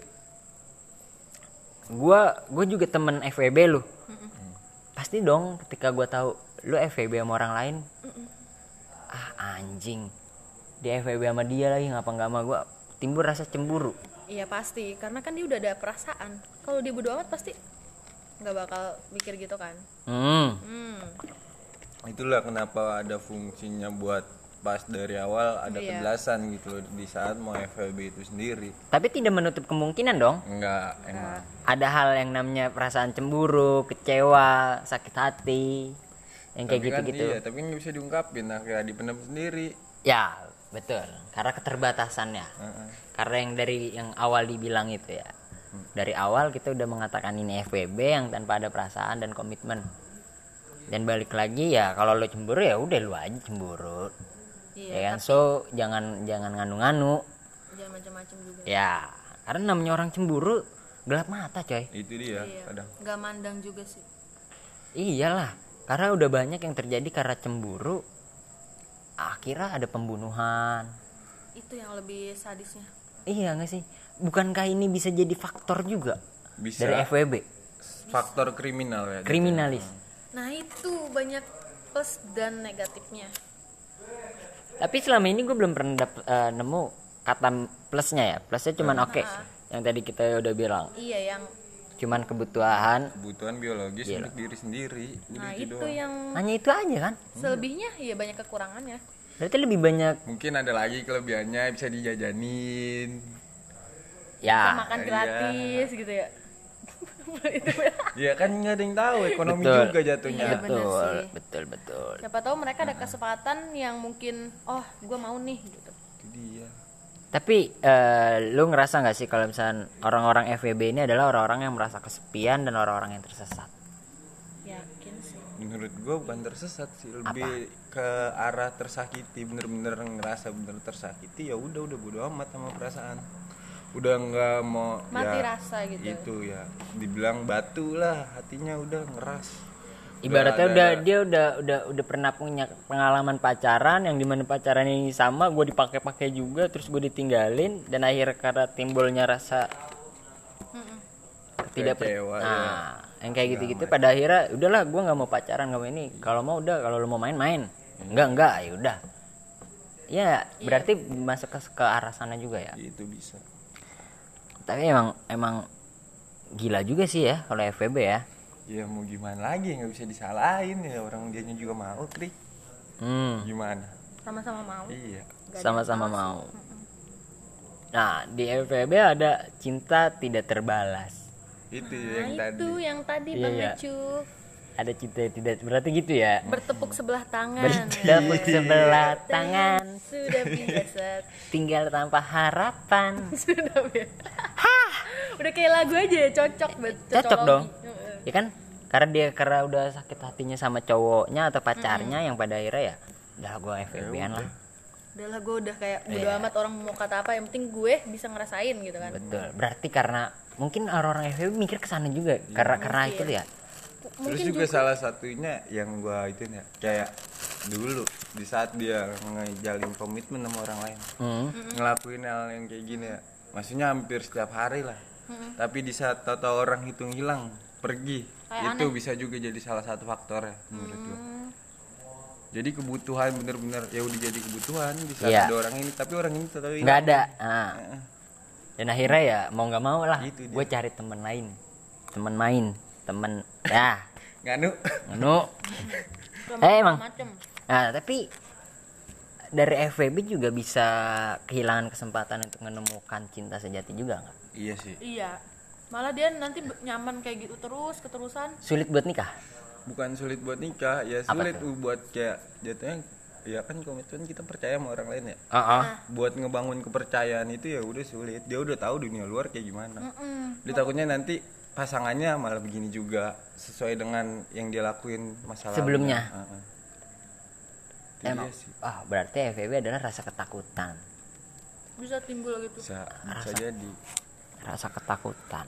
Gue gue juga temen F W B lu. Mm-hmm. Pasti dong ketika gue tahu lu F W B sama orang lain. Mm-hmm. Ah anjing. Dia F W B sama dia lagi ngapa nggak sama gue, timbul rasa cemburu. Iya pasti, karena kan dia udah ada perasaan. Kalau dia bodo amat pasti nggak bakal mikir gitu kan. Hmm. hmm. Itulah kenapa ada fungsinya buat pas dari awal ada iya. penjelasan gitu loh di saat mau F W B itu sendiri. Tapi tidak menutup kemungkinan dong. Enggak, emang. Ada hal yang namanya perasaan cemburu, kecewa, sakit hati, yang kayak gitu-gitu. Kan iya, tapi nggak bisa diungkapin, akhirnya dipendam sendiri. Ya, betul. Karena keterbatasannya. Uh-uh. Karena yang dari yang awal dibilang itu ya. Dari awal kita udah mengatakan ini F W B yang tanpa ada perasaan dan komitmen. Dan balik lagi ya kalau lo cemburu ya udah lo aja cemburu. Iya, ya kan, so jangan jangan nganu-nganu. Jangan macam-macam juga. Ya, karena namanya orang cemburu gelap mata, coy. Itu dia, iya. kadang. Gak mandang juga sih. Iyalah, karena udah banyak yang terjadi karena cemburu. Akhirnya ada pembunuhan. Itu yang lebih sadisnya. Iya nggak sih? Bukankah ini bisa jadi faktor juga bisa. Dari F W B? Faktor kriminal ya. Kriminalis. Nah itu banyak plus dan negatifnya. Tapi selama ini gue belum pernah dap, uh, nemu kata plusnya ya. Plusnya cuman oke. Okay. Yang tadi kita udah bilang. Iya yang. Cuman kebutuhan. Kebutuhan biologis Gila. Untuk diri sendiri. Nah itu, itu yang. Hanya itu aja kan? Selebihnya ya banyak kekurangannya. Berarti lebih banyak. Mungkin ada lagi kelebihannya, bisa dijajanin. Ya. Bisa makan gratis ya. gitu ya. Ya kan nggak ada yang tahu ekonomi Betul. juga jatuhnya. Iya, bener betul sih. betul betul Siapa tahu mereka ada kesempatan yang mungkin oh gue mau nih gitu. Itu dia. tapi eh, lu ngerasa nggak sih kalau misalnya orang-orang F W B ini adalah orang-orang yang merasa kesepian dan orang-orang yang tersesat? Yakin sih. Menurut gua bukan tersesat sih, lebih ke arah tersakiti, bener-bener ngerasa bener tersakiti, ya udah udah bodo amat sama perasaan. Udah nggak mau Mati ya, rasa gitu. Itu ya, dibilang batu lah, hatinya udah ngeras. Ibaratnya ada- udah ada- dia udah udah udah pernah punya pengalaman pacaran yang dimana pacaran ini sama, gue dipakai-pakai juga, terus gue ditinggalin dan akhirnya karena timbulnya rasa tidak per- Kecewa, nah ya. yang kayak gitu-gitu pada akhirnya udahlah gue nggak mau pacaran nggak mau ini, kalau mau udah, kalau lu mau main main, enggak enggak ya udah ya berarti masuk ke, ke arah sana juga ya. Itu bisa. Tapi emang emang gila juga sih ya kalau F W B ya. Ya mau gimana lagi, nggak bisa disalahin ya, orang dianya juga mau, Krik. hmm. Gimana? Sama-sama mau. Iya. Sama-sama mau. Nah di F W B ada cinta tidak terbalas. Itu Nah, yang tadi. itu yang tadi Iya, Bang iya. Necuk. Ada cinta yang tidak, berarti gitu ya. Bertepuk sebelah tangan. Bertepuk sebelah tangan, Sudah biasa. tinggal tanpa harapan. Sudah biasa. Udah kayak lagu aja ya, cocok buat Cocok cocologi. dong. Heeh. Ya kan? Karena dia karena udah sakit hatinya sama cowoknya atau pacarnya yang pada akhirnya ya udah gue F W B-an lah. Udahlah gue udah kayak bodo Iya. amat orang mau kata apa, yang penting gue bisa ngerasain gitu kan. Betul. Berarti karena mungkin orang-orang F W B mikir ke sana juga karena karena itu ya. Terus juga, salah satunya yang gua itu ya, kayak dulu di saat dia ngejalin komitmen sama orang lain, Hmm. ngelakuin hal yang kayak gini ya, maksudnya hampir setiap hari lah. Tapi di saat tahu orang itu ngilang, pergi, Kayak itu bisa juga jadi salah satu faktor ya menurut gua. Jadi kebutuhan bener-bener ya udah jadi kebutuhan di saat Iya. ada orang ini, tapi orang ini tetap hilang. Nggak ada. Nah. Dan akhirnya ya mau nggak mau lah, Itu dia. gue cari temen lain, temen main, temen ya, Nganu. nganu. Eh emang. Macem. Nah tapi dari F W B juga bisa kehilangan kesempatan untuk menemukan cinta sejati juga nggak? Iya sih. Iya. Malah dia nanti be- nyaman kayak gitu terus, keterusan. Sulit buat nikah. Bukan sulit buat nikah, ya Apa sulit tuh? buat kayak jatuhnya ya kan komitmen kita percaya sama orang lain ya. Heeh. Buat ngebangun kepercayaan itu ya udah sulit. Dia udah tahu dunia luar kayak gimana. Mm-mm. Dia takutnya nanti pasangannya malah begini juga sesuai dengan yang dia lakuin masa lalunya. Sebelumnya. Heeh. Itu Emang. dia sih. Ah berarti F W B adalah rasa ketakutan, Bisa timbul gitu. Bisa bisa jadi. rasa ketakutan.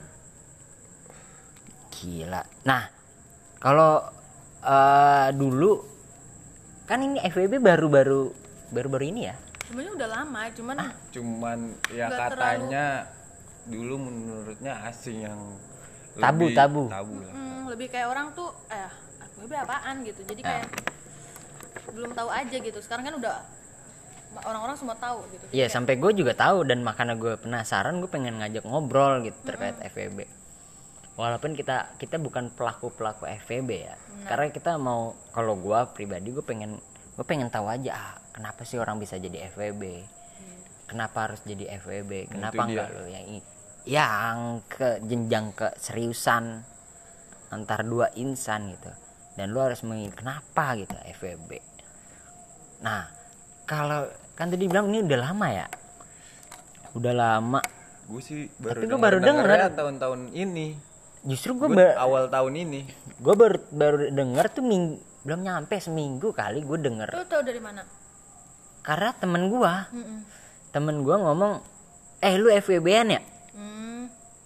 Gila. Nah kalau eh, dulu kan ini F W B baru-baru baru-baru ini ya. Sebenarnya udah lama, cuman Cuman ya Nggak katanya dulu menurutnya asing yang Tabu, lebih tabu. tabu lah. mm, lebih kayak orang tuh eh F W B apaan gitu. Jadi kayak belum tahu aja gitu. Sekarang kan udah orang-orang semua tahu gitu. Iya sampai gue juga tahu dan makanya gue penasaran, gue pengen ngajak ngobrol gitu terkait F W B. Walaupun kita kita bukan pelaku pelaku F W B ya, karena kita mau, kalau gue pribadi gue pengen gue pengen tahu aja ah, kenapa sih orang bisa jadi F W B, kenapa harus jadi F W B, kenapa itu dia. enggak lo yang i- yang ke jenjang ke seriusan antar dua insan gitu, dan lo harus mengingat kenapa gitu F W B. Nah kalau kan tadi bilang ini udah lama ya, udah lama. Gue sih baru Tapi gua baru denger. ya tahun-tahun ini. Justru gue Gue awal tahun ini. gue baru baru denger tuh ming, belum nyampe seminggu kali gue denger, Lu tahu dari mana? karena temen gue Mm-mm. temen gue ngomong, eh lu F W B-an ya? Hmm.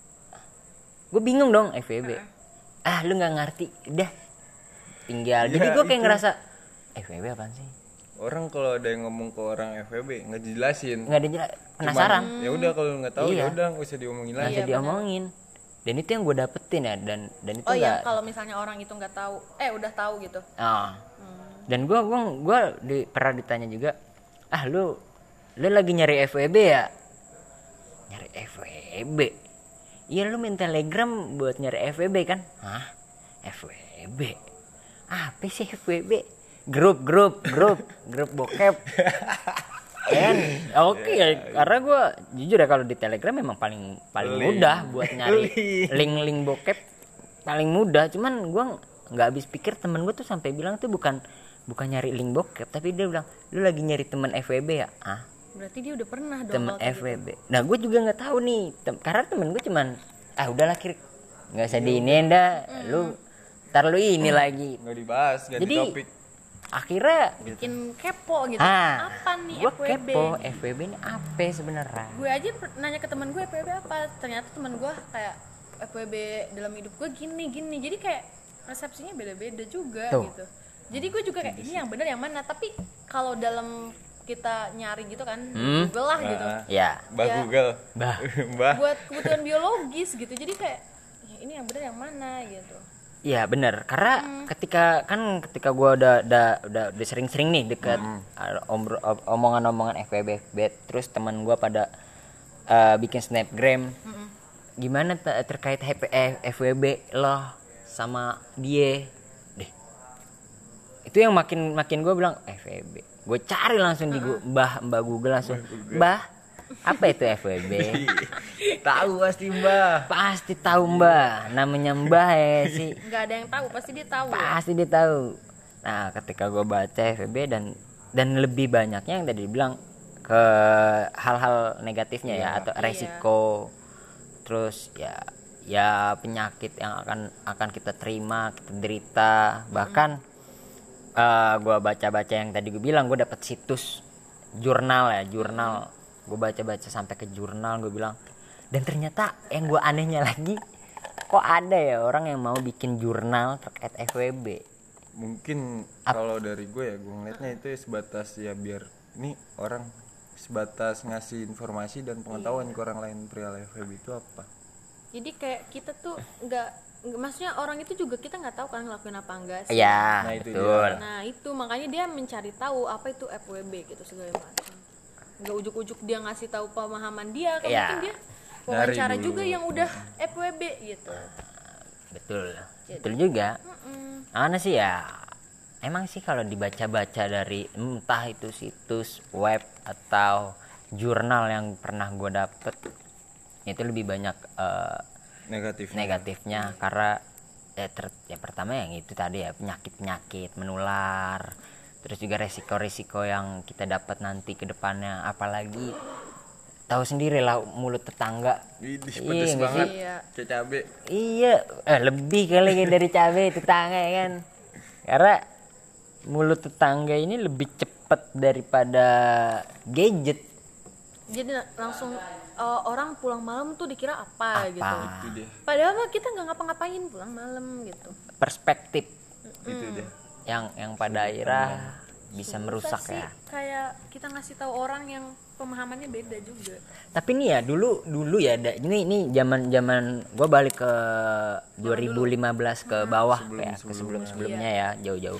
Gue bingung dong, F W B ah lu nggak ngerti udah tinggal. Ya, Jadi gue kayak itu. ngerasa F W B apaan sih, Orang kalau ada yang ngomong ke orang F W B nggak dijelasin. nggak ada jelas, penasaran. Cuman, ya udah kalau nggak tahu Iya. ya udah nggak usah diomongin nggak lagi. usah diomongin, dan itu yang gue dapetin ya, dan dan itu Oh iya, nggak kalau misalnya orang itu nggak tahu, eh udah tahu gitu. ah. Dan gue gua gua di, pernah ditanya juga, ah lu lu lagi nyari F W B ya? Nyari F W B? Iya lu main Telegram buat nyari F W B kan? Hah? F W B? Apa sih F W B? Grup grup grup grup bokep. Kan oke ya, karena gue jujur ya kalau di Telegram memang paling paling Link. mudah buat nyari link-link bokep. paling mudah, cuman gue nggak habis pikir temen gue tuh sampai bilang tuh bukan bukan nyari link bokep, tapi dia bilang lu lagi nyari temen F W B ya. Ah, Berarti dia udah pernah dong temen kalau kayak F W B. gitu. Nah gue juga nggak tahu nih, tem- karena temen gue cuman ah udahlah Krik, nggak usah diinin dah, lu ntar lu ini lagi. Nggak dibahas, ganti Jadi topik. akhirnya Bikin kepo gitu. ah Apa nih gue F W B? kepo F W B ini apa sebenarnya. Gue aja per- nanya ke teman gue F W B apa, ternyata teman gue kayak F W B dalam hidup gue gini gini, jadi kayak resepsinya beda-beda juga Tuh. gitu. Jadi gue juga kayak ini yang benar yang mana, tapi kalau dalam kita nyari gitu kan, Hmm. Google lah gitu. Ah, Ya, Mbah Ya. Google. bah. Mbah. Buat kebutuhan biologis gitu. Jadi kayak ya ini yang benar yang mana gitu. Iya benar, karena ketika kan ketika gua udah udah udah, udah sering-sering nih deket uh, ombro- om- omongan-omongan F W B, F W B, terus teman gua pada uh, bikin snapgram, gimana te- terkait H P, eh, F W B loh sama dia, deh. Itu yang makin makin gua bilang F W B. Gue cari langsung di Gu- mbah mbah Google langsung, mbah apa itu F W B? Tahu pasti Mbah. Pasti tahu mbah, namanya mbah ya sih. Nggak ada yang tahu, pasti dia tahu. Ya. Pasti dia tahu. Nah ketika gue baca F W B dan dan lebih banyaknya yang tadi dibilang ke hal-hal negatifnya ya, Iya. atau Iya. resiko, terus ya ya penyakit yang akan akan kita terima, kita derita. Bahkan eh, gue baca-baca yang tadi gue bilang, gue dapat situs jurnal ya, jurnal. Gue baca-baca sampai ke jurnal, gue bilang, dan ternyata yang gue anehnya lagi, kok ada ya orang yang mau bikin jurnal terkait F W B. Mungkin kalau dari gue ya, gue ngeliatnya itu ya sebatas ya biar nih orang sebatas ngasih informasi dan pengetahuan ke orang lain perihal F W B itu apa. Jadi kayak kita tuh nggak, nggak- maksudnya orang itu juga kita nggak tahu kan ngelakuin apa enggak sih. Ya, Nah, itu betul. dia. Nah itu makanya dia mencari tahu apa itu F W B gitu segala macam. Nggak ujuk-ujuk dia ngasih tahu pemahaman dia, kan Iya. mungkin dia wawancara Dari juga dulu. yang udah F W B gitu. Betul. Betul juga. Mm-mm. Mana sih ya? Emang sih kalau dibaca-baca dari entah itu situs web atau jurnal yang pernah gue dapet, itu lebih banyak eh, Negatifnya. negatifnya karena ya, ter- ya pertama yang itu tadi ya, penyakit-penyakit menular, terus juga resiko-resiko yang kita dapat nanti ke depannya, apalagi tahu sendiri lah mulut tetangga. Widih, Iya, pedes nggak banget. sih? Iya. Kayak cabe. Iya, eh, lebih kali dari cabai tetangga ya kan. Karena mulut tetangga ini lebih cepat daripada gadget. Jadi na- langsung uh, orang pulang malam tuh dikira apa, Apa? gitu. Itu dia. Padahal mah kita nggak ngapa-ngapain pulang malam gitu. Perspektif Itu dia. yang yang pada akhirnya bisa Susah merusak sih, ya. kayak kita ngasih tahu orang yang pemahamannya beda juga. Tapi nih ya dulu dulu ya da, ini ini zaman zaman gue balik ke dua ribu lima belas ke bawah Sebelum- ya, ke sebelumnya. sebelum sebelumnya ya jauh-jauh.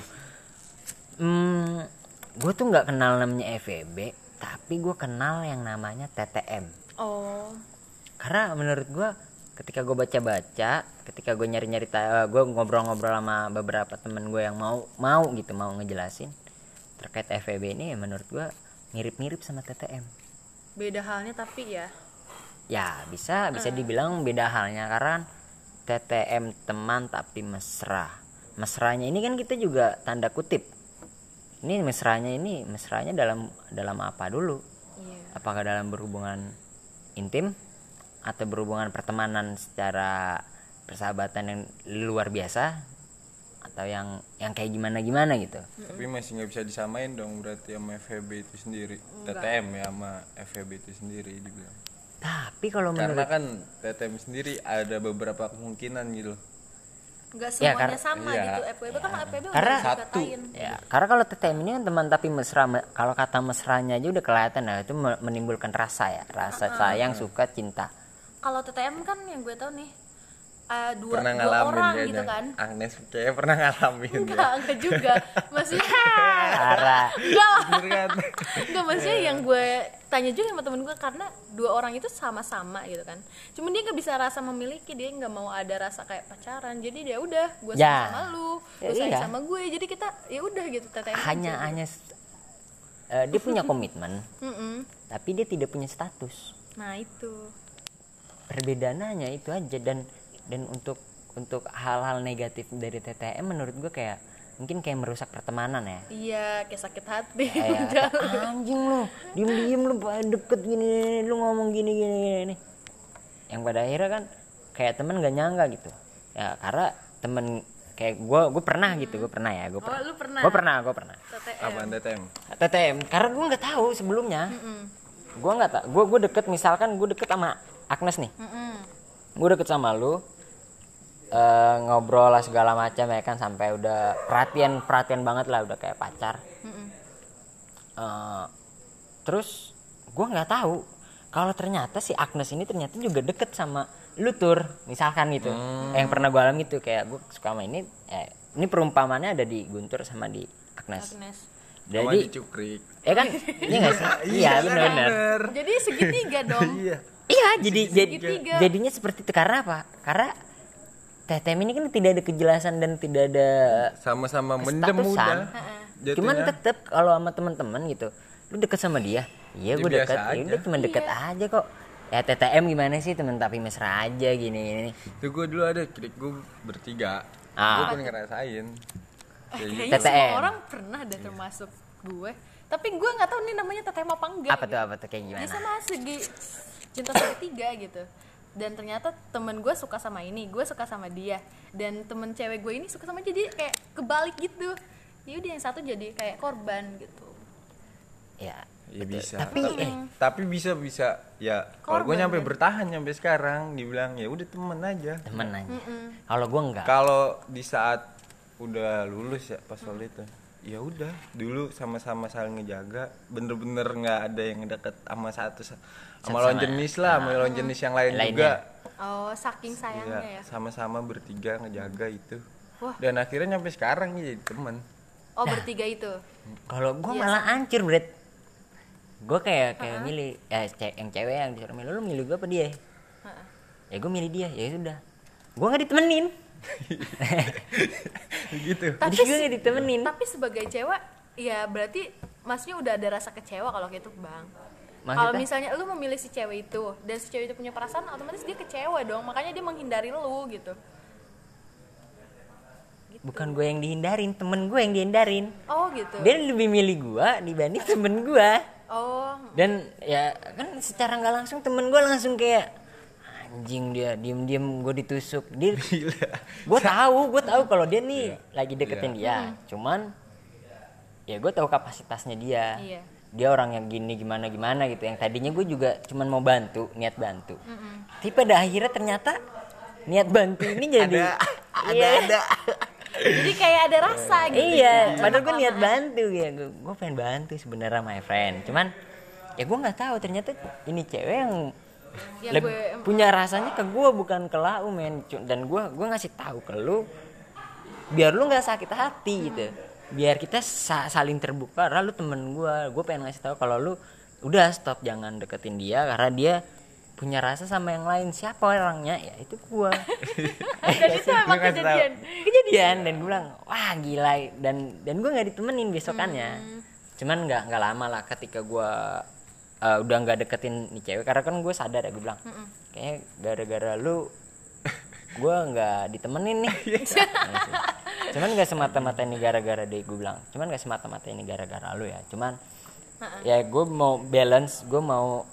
Hmm, gue tuh nggak kenal namanya F W B, tapi gue kenal yang namanya T T M. Oh, Karena menurut gue ketika gue baca-baca, ketika gue nyari-nyari, uh, gue ngobrol-ngobrol sama beberapa temen gue yang mau mau gitu mau ngejelasin terkait F W B ini, ya menurut gue mirip-mirip sama T T M. beda halnya tapi ya. Ya bisa bisa dibilang beda halnya karena T T M teman tapi mesra. Mesranya ini kan kita juga tanda kutip. Ini mesranya ini mesranya dalam dalam apa dulu? Iya. Apakah dalam berhubungan intim atau berhubungan pertemanan secara persahabatan yang luar biasa, atau yang yang kayak gimana gimana gitu. Tapi masih nggak bisa disamain dong berarti sama F W B itu sendiri. T T M ya sama F W B itu sendiri dibilang. Tapi kalau Karena menurut kan T T M sendiri ada beberapa kemungkinan gitu. Nggak Ya, semuanya karena- sama iya. gitu. F W B kan F W B nggak Karena- bisa Satu. dikatain. ya, karena kalau T T M ini kan teman tapi mesra, me- kalau kata mesranya aja udah kelihatan lah, itu me- menimbulkan rasa ya, rasa sayang, suka, cinta. Kalau T T M kan yang gue tahu nih, uh, dua, Pernah dua ngalamin orang kayaknya. gitu kan. Agnes kayak pernah ngalamin ya. Enggak, enggak juga. Maksudnya Parah. enggak lah. Bener kan? Enggak, maksudnya yang gue tanya juga sama temen gue, karena dua orang itu sama-sama gitu kan. Cuman dia nggak bisa rasa memiliki, dia nggak mau ada rasa kayak pacaran. Jadi dia udah, gue sayang Ya. sama lu, Ya, gue sayang iya. sama gue. Jadi kita ya udah gitu T T M. Hanya aja. hanya eh, dia punya komitmen, Mm-mm. tapi dia tidak punya status. Nah itu. Perbedaannya itu aja. Dan dan untuk untuk hal-hal negatif dari T T M menurut gue kayak mungkin kayak merusak pertemanan ya. Iya, kayak sakit hati. Kayak anjing lu, diem-diem lu deket gini, lu ngomong gini gini gini. Yang pada akhirnya kan kayak temen gak nyangka gitu. Ya karena temen kayak gue, gue pernah gitu, gue pernah ya, gue pernah. Oh, lu pernah? Gue pernah, gue pernah. T T M. Apaan T T M? T T M, karena gue nggak tahu sebelumnya. Gue nggak tahu, gue gue deket misalkan gue deket sama Agnes nih. Gue deket sama lu. Uh, ngobrol lah segala macam ya kan sampai udah perhatian perhatian banget lah udah kayak pacar. Uh, terus gue nggak tahu kalau ternyata si Agnes ini ternyata juga deket sama lu Tur misalkan gitu. Hmm. Yang pernah gue alami gitu kayak gue suka sama ini. Eh, ini perumpamannya ada di Guntur sama di Agnes. Agnes. Jadi di Cukrik. Ya kan? Iya nggak sih? Iya benar-benar. Jadi segitiga dong. Iya. Iya jadi jadi Segitiga. jadinya seperti itu karena apa? Karena T T M ini kan tidak ada kejelasan dan tidak ada sama-sama mendem kestatusan. udah. Cuman tetep kalau sama teman-teman gitu, lu deket sama dia, iya gue biasa deket, ya aja. udah cuma deket aja kok. Ya T T M gimana sih temen tapi mesra aja gini gini. Itu gue dulu ada klik gue bertiga, Ah. gue pun ngerasain. Kayak gitu. Kayaknya T T M. semua orang pernah deh termasuk gue. Tapi gue nggak tahu nih namanya T T M apa enggak. Apa tuh apa tuh kayak Ya gimana? sama segi cinta segitiga gitu. Dan ternyata temen gue suka sama ini, gue suka sama dia. Dan temen cewek gue ini suka sama dia, jadi kayak kebalik gitu. Ya udah yang satu jadi kayak korban gitu. Ya. Ya bisa. Tapi tapi, eh tapi bisa bisa ya. Kalau gue Korban, nyampe kan? bertahan sampai sekarang, dibilang ya udah temen aja. temen aja. Kalau gue enggak. Kalau di saat udah lulus ya pas waktu itu, ya udah dulu sama-sama saling ngejaga, bener-bener nggak ada yang deket sama satu sama Sama- lawan jenis lah, sama lawan jenis yang lain Lainnya. juga. Oh, saking sayangnya Iya, ya. sama-sama bertiga ngejaga itu. Wah. Dan akhirnya nyampe sekarang jadi temen. Oh, bertiga itu. Kalau gue Iya, malah hancur, Bret. Gue kayak kayak milih ya ce- yang cewek yang disuruh milih, lu milih gue apa dia? Heeh. Ya gue milih dia, ya sudah. Gue nggak ditemenin. Gitu. Tapi Jadi gue se- nggak ditemenin. Tapi sebagai cewek, ya berarti maksudnya udah ada rasa kecewa kalau gitu, Bang. Maksudnya? Kalau misalnya lu memilih si cewek itu dan si cewek itu punya perasaan, otomatis dia kecewa dong. Makanya dia menghindari lu gitu. Bukan gue yang dihindarin, temen gue yang dihindarin. Oh, gitu. Dia lebih milih gue dibanding temen gue. Oh, Dan ya kan secara nggak langsung temen gue langsung kayak anjing dia diem-diem gue ditusuk. Dia, gue tahu, gue tahu kalau dia nih lagi deketin dia. Cuman ya gue tahu kapasitasnya dia. Iya. Dia orang yang gini gimana gimana gitu. Yang tadinya gue juga cuman mau bantu, niat bantu. Tapi pada akhirnya ternyata niat bantu ini jadi ada ada. jadi kayak ada rasa gitu. Iya, padahal gue niat bantu ya, gue, gue pengen bantu sebenarnya my friend. Cuman ya gue nggak tahu ternyata ini cewek yang Yang leb- gue- punya rasanya ke gue bukan ke lau men. Cu- Dan gue gue ngasih tahu ke lu biar lu nggak sakit hati gitu. Biar kita sa- saling terbuka. Karena lu temen gue, gue pengen ngasih tahu kalau lu udah stop jangan deketin dia karena dia punya rasa sama yang lain. Siapa orangnya? Ya itu gue. Dan itu emang Lu ngasih tahu. kejadian. Kejadian dan gue bilang wah gila dan dan gue nggak ditemenin besokannya. Cuman nggak nggak lama lah ketika gue uh, udah nggak deketin nih cewek karena kan gue sadar ya gue bilang kayak gara-gara lu gue nggak ditemenin nih. Cuman nggak semata-mata ini gara-gara deh gue bilang. Cuman nggak semata-mata ini gara-gara lu ya. Cuman ya gue mau balance, gue mau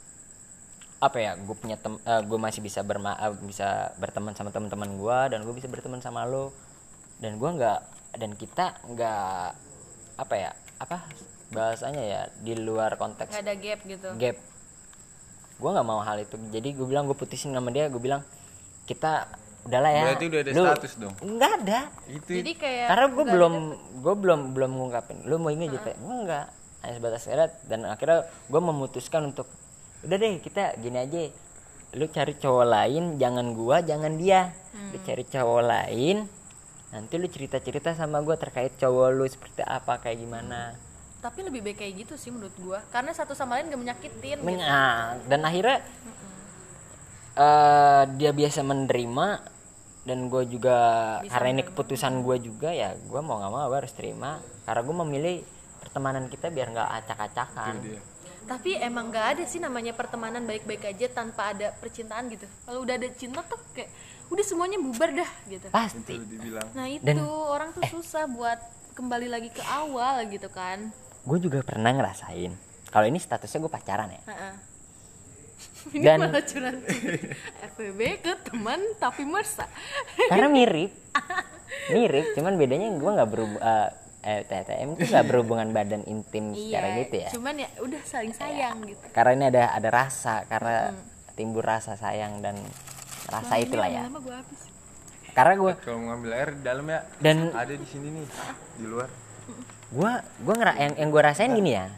apa ya, gue punya tem, uh, gue masih bisa berma uh, bisa berteman sama teman-teman gue dan gue bisa berteman sama lo dan gue nggak dan kita nggak apa ya apa bahasanya ya di luar konteks Gak ada gap gitu. gap. Gue nggak mau hal itu, jadi gue bilang gue putusin sama dia, gue bilang kita udahlah ya. Berarti udah ada Lu- status dong. nggak ada Itu Jadi kayak karena gue nggak belum ada- gue belum belum ngungkapin lu mau ini gitu gue enggak hanya sebatas erat dan akhirnya gue memutuskan untuk udah deh kita gini aja, lu cari cowok lain jangan gua jangan dia. Lu cari cowok lain nanti lu cerita cerita sama gua terkait cowok lu seperti apa kayak gimana. Tapi lebih baik kayak gitu sih menurut gua. Karena satu sama lain gak menyakitin Men- gitu. ah, dan akhirnya eh, dia biasa menerima dan gue juga Bisa karena ini menerima. keputusan gue juga ya gue mau nggak mau gue harus terima karena gue memilih pertemanan kita biar nggak acak-acakan. dia. Tapi emang nggak ada sih namanya pertemanan baik-baik aja tanpa ada percintaan gitu. Kalau udah ada cinta tuh kayak udah semuanya bubar dah gitu. Pasti. Itu dibilang. Nah itu Dan- orang tuh susah buat kembali lagi ke awal gitu kan. Gue juga pernah ngerasain. Kalau ini statusnya gue pacaran ya. Heeh. Ini Dan- malah curhat F W B ke teman tapi mersa. Karena mirip. Mirip, cuman bedanya gue nggak berhubung eh eh, T T M itu nggak berhubungan badan intim secara gitu ya. Cuman ya udah saling sayang gitu. Karena ini ada ada rasa, karena timbul rasa sayang dan rasa Wah, ini itulah ya. lama-lama gua habis. Karena gue Kalau ngambil air di dalam ya. Dan- ada di sini nih, di luar. gue gue ngera yang yang gue rasain gini ya.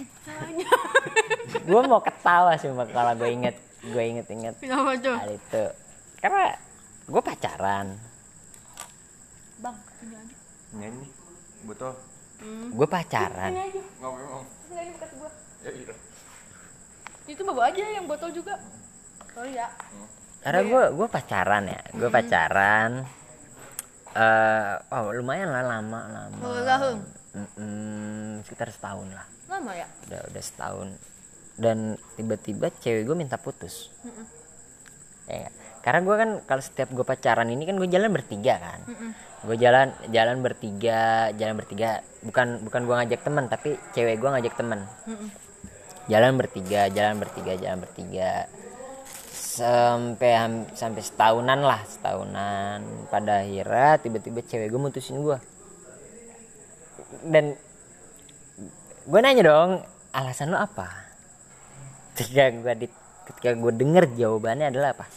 Gue mau ketawa sih kalau gue inget gue inget-inget Kenapa tuh? hal itu. Karena gue pacaran, Bang, ini aja. Nyanyi, botol. gue pacaran. Ini aja. Nggak memang. Ini aja bekas gua. Ya iya. Itu bawa aja yang botol juga. Sorry ya. Karena gue gue pacaran ya, gue pacaran. eh oh lumayan lah lama lama. Berapa tahun? Mm-mm, sekitar setahun lah. Lama ya? Udah udah setahun. Dan tiba-tiba cewek gue minta putus. Ya, nggak? Karena gue kan kalau setiap gue pacaran ini kan gue jalan bertiga kan. Gue jalan jalan bertiga, jalan bertiga. Bukan bukan gue ngajak teman, tapi cewek gue ngajak teman. Jalan bertiga, jalan bertiga, jalan bertiga. Sampai ham- sampai setahunan lah, setahunan. Pada akhirnya tiba-tiba cewek gue mutusin gue. Dan gue nanya dong, alasan lo apa? Ketika gue di, ketika gue denger jawabannya adalah apa?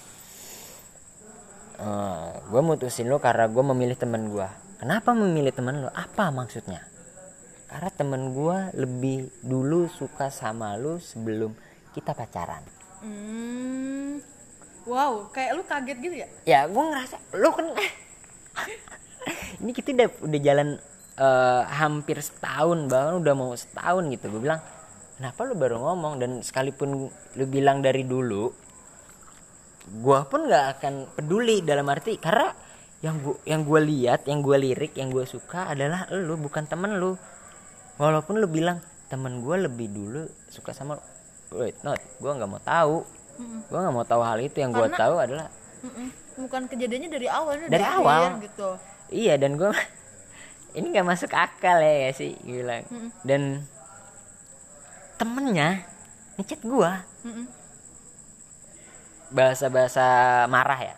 Uh, gue mutusin lo karena gue memilih teman gue. Kenapa memilih teman lo? Apa maksudnya? Karena teman gue lebih dulu suka sama lo sebelum kita pacaran. Hmm. Wow, kayak lu kaget gitu ya? Ya gue ngerasa lo kan ini kita udah udah jalan uh, hampir setahun, bahkan udah mau setahun gitu. Gue bilang, kenapa lu baru ngomong? Dan sekalipun lu bilang dari dulu, gue pun nggak akan peduli, dalam arti karena yang gua yang gue lihat, yang gue lirik, yang gue suka adalah lu, bukan temen lu. Walaupun lu bilang temen gue lebih dulu suka sama lu, wait not, gue nggak mau tahu. Gue nggak mau tahu hal itu. Yang gue Karena- tahu adalah Mm-mm. Bukan kejadiannya dari awal, ini Dari udah awal. clear gitu. iya, dan gue ini nggak masuk akal ya sih, gue bilang. Dan temennya ngechat gue Mm-mm. bahasa-bahasa marah ya.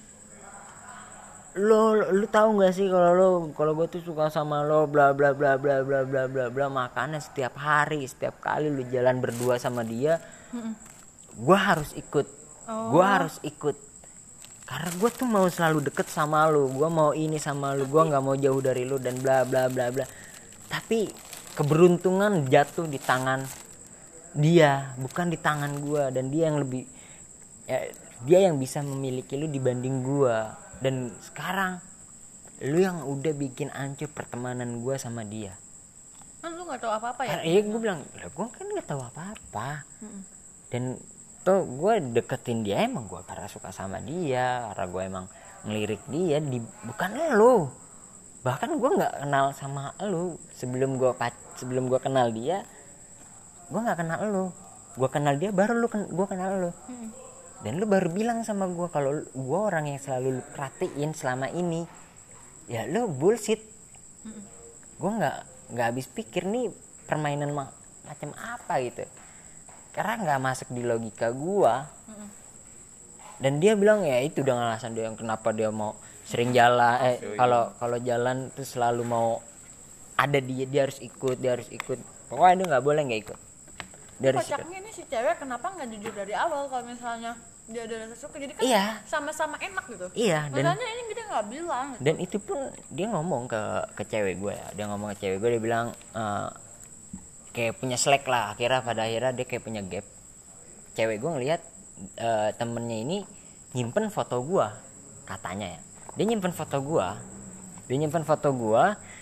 Lo, lo lu tahu nggak sih kalau lo kalau gue tuh suka sama lo bla bla bla bla bla bla bla bla, makanya setiap hari setiap kali lu jalan berdua sama dia, gue harus ikut, gue harus ikut karena gue tuh mau selalu deket sama lu, gue mau ini sama lu, gue nggak mau jauh dari lu dan bla bla bla bla. Tapi keberuntungan jatuh di tangan dia, bukan di tangan gue, dan dia yang lebih ya, dia yang bisa memiliki lu dibanding gue. Dan sekarang lu yang udah bikin hancur pertemanan gue sama dia. Kan lu nggak tahu apa-apa ya? Iya, gue bilang, lah gue kan nggak tahu apa-apa. Dan tuh gue deketin dia emang gue karena suka sama dia, karena gue emang ngelirik dia, di, bukan lu. Bahkan gue nggak kenal sama lu sebelum gue sebelum gue kenal dia, gue nggak kenal lu. Gue kenal dia baru lu ken, gue kenal lu. Dan lu baru bilang sama gue kalau gue orang yang selalu lu perhatiin selama ini. Ya lu bullshit. Gue nggak nggak habis pikir nih permainan ma- macam apa gitu. Karena nggak masuk di logika gua. Dan dia bilang ya itu dengan alasan dia yang kenapa dia mau sering jalan, eh kalau kalau jalan tuh selalu mau ada dia, dia harus ikut, dia harus ikut. Pokoknya dia nggak boleh nggak ikut. Dia harus ikut. Kocaknya ini si cewek kenapa nggak jujur dari awal kalau misalnya dia ada rasa suka, jadi kan Iya. sama-sama enak gitu. Iya, dan Makanya ini dia nggak bilang. dan itu pun dia ngomong ke ke cewek gue ya. Dia ngomong ke cewek gue, dia bilang eh, kayak punya slack lah. Akhirnya pada akhirnya dia kayak punya gap. Cewek gue ngelihat eh, temennya ini nyimpen foto gue, katanya ya. Dia nyimpen foto gue, dia nyimpen foto gue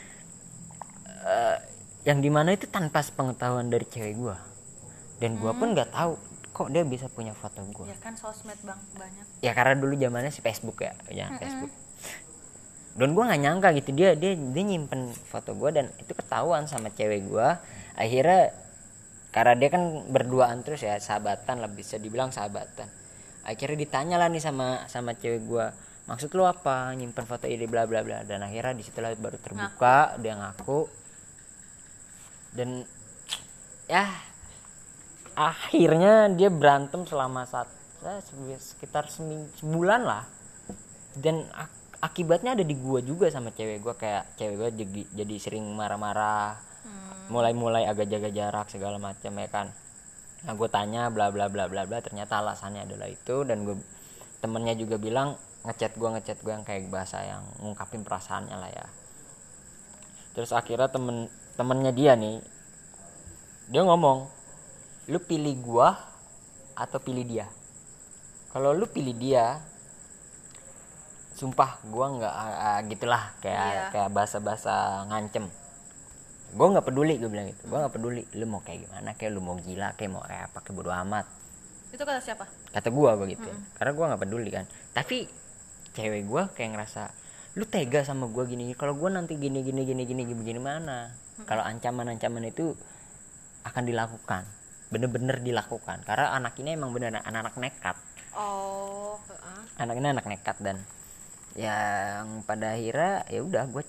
eh, yang dimana itu tanpa sepengetahuan dari cewek gue. Dan gue pun nggak tahu kok dia bisa punya foto gue. Ya kan sosmed bang banyak. Ya karena dulu zamannya si Facebook ya, ya Facebook. Dan gue nggak nyangka gitu dia dia dia nyimpen foto gue dan itu ketahuan sama cewek gue. Akhirnya karena dia kan berduaan terus ya, sahabatan lah, bisa dibilang sahabatan. Akhirnya ditanya lah nih sama sama cewek gue, maksud lu apa nyimpen foto ini bla bla bla, dan akhirnya disitulah baru terbuka, ngaku. Dia ngaku. Dan ya akhirnya dia berantem selama saat ya, sekitar seming, sebulan lah, dan ak- akibatnya ada di gue juga sama cewek gue. Kayak cewek gue jadi, jadi sering marah-marah, hmm. mulai-mulai agak jaga jarak segala macam ya kan. Nah gue tanya bla bla bla bla bla, ternyata alasannya adalah itu. Dan gue temennya juga bilang ngechat gue ngechat gue yang kayak bahasa yang ngungkapin perasaannya lah ya. Terus akhirnya temen temennya dia nih, dia ngomong, lu pilih gue atau pilih dia? Kalau lu pilih dia, sumpah gue nggak uh, gitulah kayak iya. kayak bahasa-bahasa ngancem. Gue nggak peduli, gue bilang gitu. Gue nggak peduli. Lu mau kayak gimana? Kayak lu mau gila, kayak mau kayak apa? Kayak bodo amat. Itu kata siapa? Kata gue, gue gitu. Hmm. Karena gue nggak peduli kan. Tapi cewek gue kayak ngerasa, lu tega sama gue gini. Kalau gue nanti gini gini gini gini gini mana? Hmm. Kalau ancaman-ancaman itu akan dilakukan, bener-bener dilakukan. Karena anak ini emang bener anak-anak nekat. Oh, uh. anak ini anak nekat. Dan yang pada akhirnya ya udah gue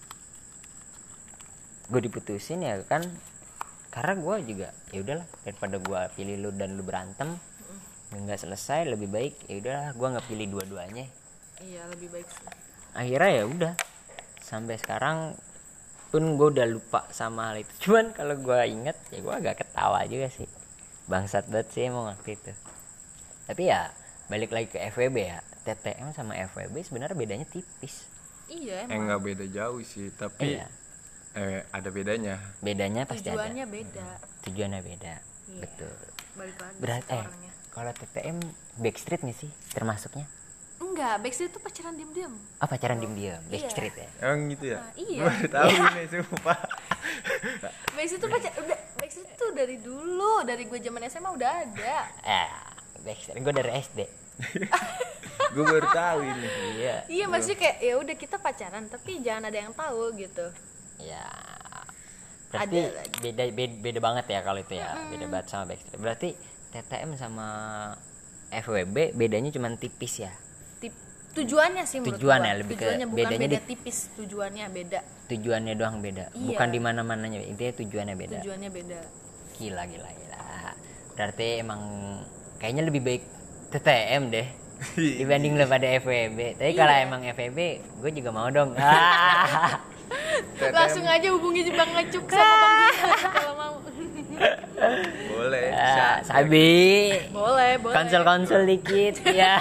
gue diputusin ya kan, karena gue juga ya udahlah, daripada gue pilih lu dan lu berantem nggak selesai, lebih baik ya udahlah gue nggak pilih dua-duanya. Iya, lebih baik sih. Akhirnya ya udah sampai sekarang pun gue udah lupa sama hal itu. Cuman kalau gue inget ya gue agak ketawa juga sih, bangsat banget sih emang waktu itu. Tapi ya balik lagi ke F W B ya, T T M sama F W B sebenarnya bedanya tipis. Iya emang. Eh nggak beda jauh sih, tapi iya. eh ada bedanya. Bedanya pasti tujuannya ada. beda. Tujuannya beda. Iya. Betul. Balik lagi. Berarti eh kalau T T M Backstreet nih sih termasuknya? Enggak, Backstreet itu pacaran diam-diam. Ah, pacaran diam-diam, Backstreet iya. ya. Emang gitu ya? Nah, iya. Gue tahu ini sumpah. Backstreet itu pacar udah Backstreet tuh dari dulu, dari gue zaman S M A udah ada. Eh, Backstreet gue dari S D. Gue baru tahu ini. Iya. Iya, maksudnya kayak ya udah kita pacaran tapi jangan ada yang tahu gitu. Ya. Berarti beda, beda beda banget ya kalau itu ya. Mm-hmm. Beda banget sama Backstreet. Berarti T T M sama F W B bedanya cuma tipis ya. Tip, tujuannya sih menurut tujuannya gua. lebih tujuannya ke bukan bedanya beda di, tipis, tujuannya beda. Tujuannya doang beda. Iya. Bukan di mana-mananya, intinya tujuannya beda. Tujuannya beda. Gila gila gila. Berarti emang kayaknya lebih baik T T M deh dibanding lo pada F W B. Tapi kalau iya. emang F W B gue juga mau dong. Langsung aja hubungi Bang Ngecuk sama Bang Gita kalau mau. Boleh. Uh, Sabi. Boleh, boleh. Konsol-konsol dikit ya.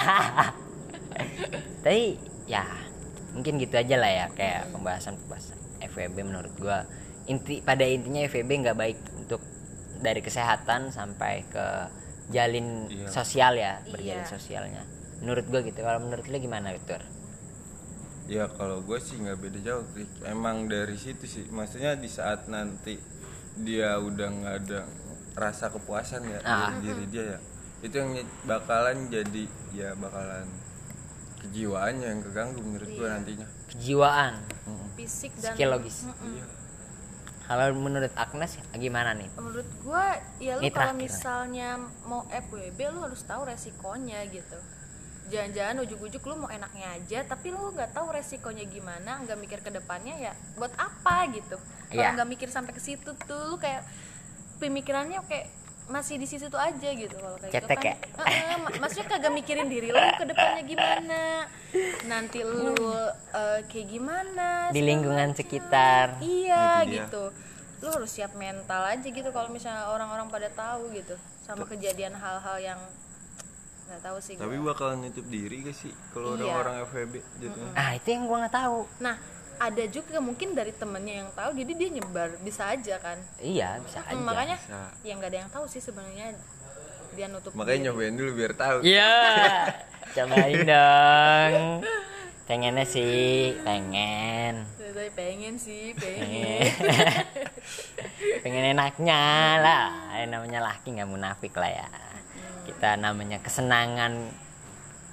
Tapi ya mungkin gitu aja lah ya, kayak pembahasan-pembahasan F W B menurut gua. Inti pada intinya F W B nggak baik untuk dari kesehatan sampai ke jalin iya. sosial ya, berjalin iya. sosialnya. Menurut gua gitu. Kalau menurut lu gimana, Victor? Ya kalau gue sih nggak beda jauh, emang dari situ sih, maksudnya di saat nanti dia udah nggak ada rasa kepuasan ya ah. dari diri dia ya, itu yang bakalan jadi ya bakalan kejiwaannya yang keganggu menurut iya. gue nantinya. Kejiwaan, fisik dan psikologis. Iya. Kalau menurut Agnes gimana nih? Menurut gue ya lu kalau misalnya mau F W B lu harus tahu resikonya gitu. Jangan-jangan ujuk-ujuk lu mau enaknya aja tapi lu nggak tahu resikonya gimana, nggak mikir ke depannya, ya buat apa gitu. Kalau nggak yeah. mikir sampai ke situ tuh lu kayak pemikirannya kayak masih di situ tuh aja gitu. Kalau kayak Cetek gitu kan ya? uh, uh, maksudnya kagak mikirin diri lu ke depannya gimana, nanti lu uh, kayak gimana di lingkungan macam. Sekitar iya gitu. Lu harus siap mental aja gitu kalau misalnya orang-orang pada tahu gitu sama kejadian hal-hal yang nggak tahu sih. Tapi gua. Bakalan nutup diri gak sih kalau iya. orang-orang F W B gitu. Mm-hmm. Ah itu yang gua nggak tahu. Nah ada juga mungkin dari temennya yang tahu jadi dia nyebar, bisa aja kan. Iya bisa hmm, aja. Makanya bisa. Ya nggak ada yang tahu sih sebenarnya dia nutup. Makanya diri. Nyobain dulu biar tahu. Iya. Cobain dong. Pengennya sih, pengen. Tapi pengen sih, pengen. Pengen enaknya lah. Namanya laki nggak munafik lah ya. Kita namanya kesenangan.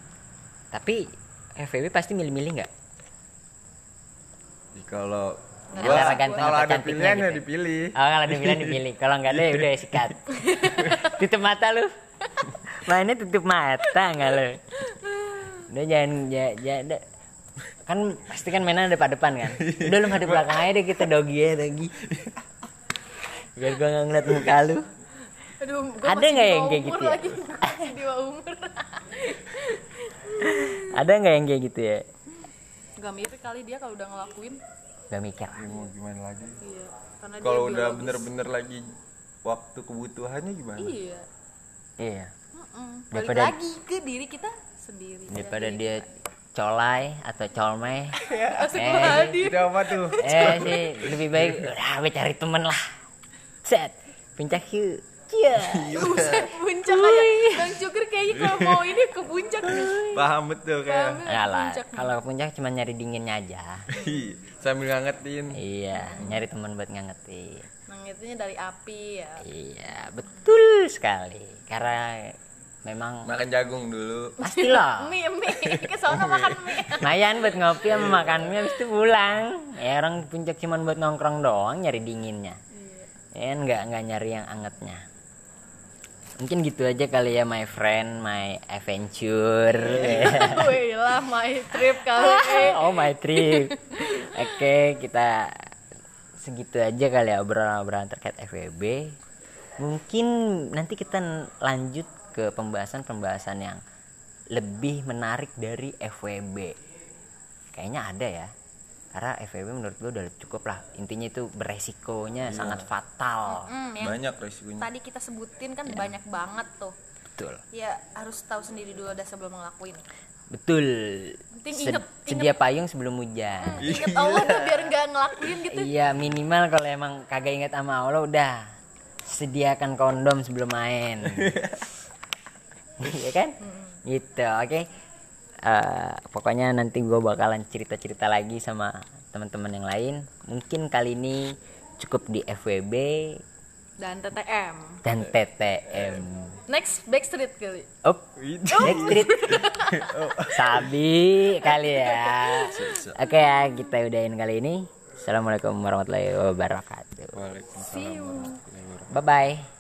Tapi F W B pasti milih-milih nggak? Kalau Nggak Gua Antara ganteng kalau atau ada cantiknya pilihan ya gitu. dipilih. Oh, kalau ada pilihan dipilih. Kalau nggak ada ya udah sikat. Tutup mata lu. Mainnya tutup mata nggak lu? Udah jangan ya, ya, udah. Kan pasti kan mainan depan-depan kan. Udah lu ngadep belakang aja deh, kita dogi ya dogi. Biar gua nggak ngeliat muka lu. Aduh, gua Ada masih nggak di yang bawah kayak umur gitu ya? lagi. Masih di bawah umur. Ada nggak yang kayak gitu ya? Gak mirip kali dia kalau udah ngelakuin. Gak mikir. Ya, mau gimana lagi? Iya. Karena Kalau dia udah biologis. bener-bener lagi waktu kebutuhannya gimana? Iya. Iya. Mm-mm. Balik Daripada- lagi ke diri kita sendiri. Daripada Jadi, dia colai atau colmeh. Astagfirullahaladzim. Itu apa tuh? Eh sih lebih baik udah gue cari temen lah. Set. Puncak yuk. Cia. Buset, puncak aja. Bang Cukri kayaknya kalau mau ini ke puncak nih. Paham betul kayak. Pahamnya Enggak ke lah. puncak nih. Kalau ke puncak cuma nyari dinginnya aja. Sambil ngangetin. Iya, nyari teman buat ngangetin. Nangitnya dari api ya. Iya, betul sekali. Karena memang Makan jagung dulu. pastilah. Mie, mie. Kesana makan mie. Mayan buat ngopi sama makan mie habis itu pulang. Ya orang puncak cuma buat nongkrong doang nyari dinginnya. Ya enggak enggak nyari yang angetnya. Mungkin gitu aja kali ya my friend, my adventure. Wih lah, my trip kali. Oh my trip. Oke, kita segitu aja kali ya obrolan-obrolan terkait F W B. Mungkin nanti kita lanjut ke pembahasan-pembahasan yang lebih menarik dari F W B. Kayaknya ada ya. Karena F W B menurut gue udah cukup lah. Intinya itu beresikonya Iya. sangat fatal. Hmm, yang Banyak resikonya. tadi kita sebutin kan banyak banget tuh. Betul. Ya harus tahu sendiri dulu dah sebelum ngelakuin. Betul. Penting Sed- inget- sedia payung sebelum hujan. Ingat Allah tuh biar nggak ngelakuin gitu. Iya, minimal kalau emang kagak inget sama Allah udah sediakan kondom sebelum main. Iya kan? Gitu, oke. Eh, pokoknya nanti gue bakalan cerita-cerita lagi sama teman-teman yang lain. Mungkin kali ini cukup di F W B Dan T T M. dan T T M. Next Backstreet kali. Up, Backstreet. Sabi kali ya. Oke ya, kita udahin kali ini. Assalamualaikum warahmatullahi wabarakatuh. Waalaikumsalam warahmatullahi wabarakatuh. Bye bye.